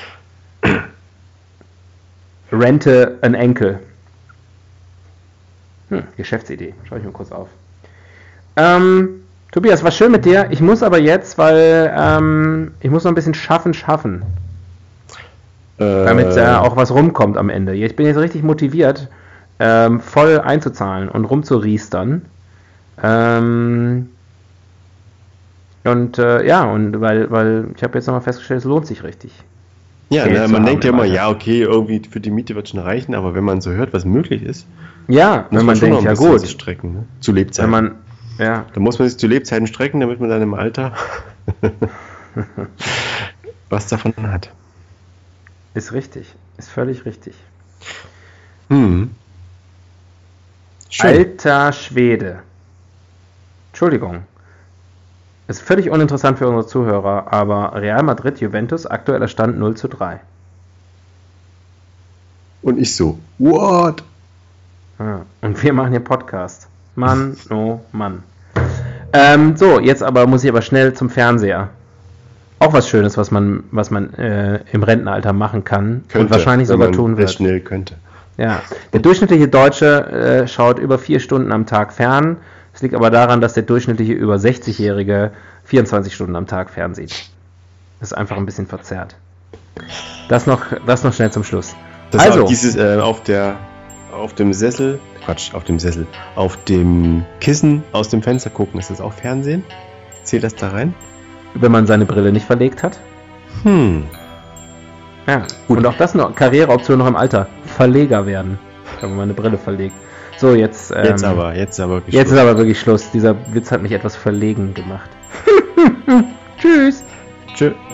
A: Rente ein Enkel. Geschäftsidee. Schau ich mal kurz auf. Tobias, war schön mit dir. Ich muss aber jetzt, weil ich muss noch ein bisschen schaffen. Damit auch was rumkommt am Ende. Ich bin jetzt richtig motiviert, voll einzuzahlen und rumzuriestern. Und weil ich habe jetzt nochmal festgestellt, es lohnt sich richtig.
B: Ja, man denkt ja immer, ja, okay, irgendwie für die Miete wird schon reichen, aber wenn man so hört, was möglich ist,
A: ja, wenn man denkt, ja gut,
B: strecken, ne? Zu Lebzeiten. Da muss man sich zu Lebzeiten strecken, damit man dann im Alter was davon hat.
A: Ist richtig, ist völlig richtig.
B: Schön.
A: Alter Schwede. Entschuldigung. Ist völlig uninteressant für unsere Zuhörer, aber Real Madrid, Juventus, aktueller Stand 0:3.
B: Und ich so, what?
A: Ja, und wir machen hier Podcast. Mann, oh Mann. So, jetzt aber muss ich aber schnell zum Fernseher. Auch was Schönes, was man im Rentenalter machen kann und wahrscheinlich sogar tun wird.
B: Schnell könnte.
A: Ja, der durchschnittliche Deutsche schaut über 4 Stunden am Tag fern. Es liegt aber daran, dass der durchschnittliche über 60-Jährige 24 Stunden am Tag fernsieht. Das ist einfach ein bisschen verzerrt. Das noch schnell zum Schluss.
B: Das also dieses auf dem Kissen aus dem Fenster gucken, ist das auch Fernsehen? Zählt das da rein?
A: Wenn man seine Brille nicht verlegt hat. Ja, gut. Und auch das noch, Karriereoption noch im Alter. Verleger werden. Wenn man eine Brille verlegt. So, jetzt ist aber wirklich Schluss. Dieser Witz hat mich etwas verlegen gemacht. Tschüss.
B: Tschüss.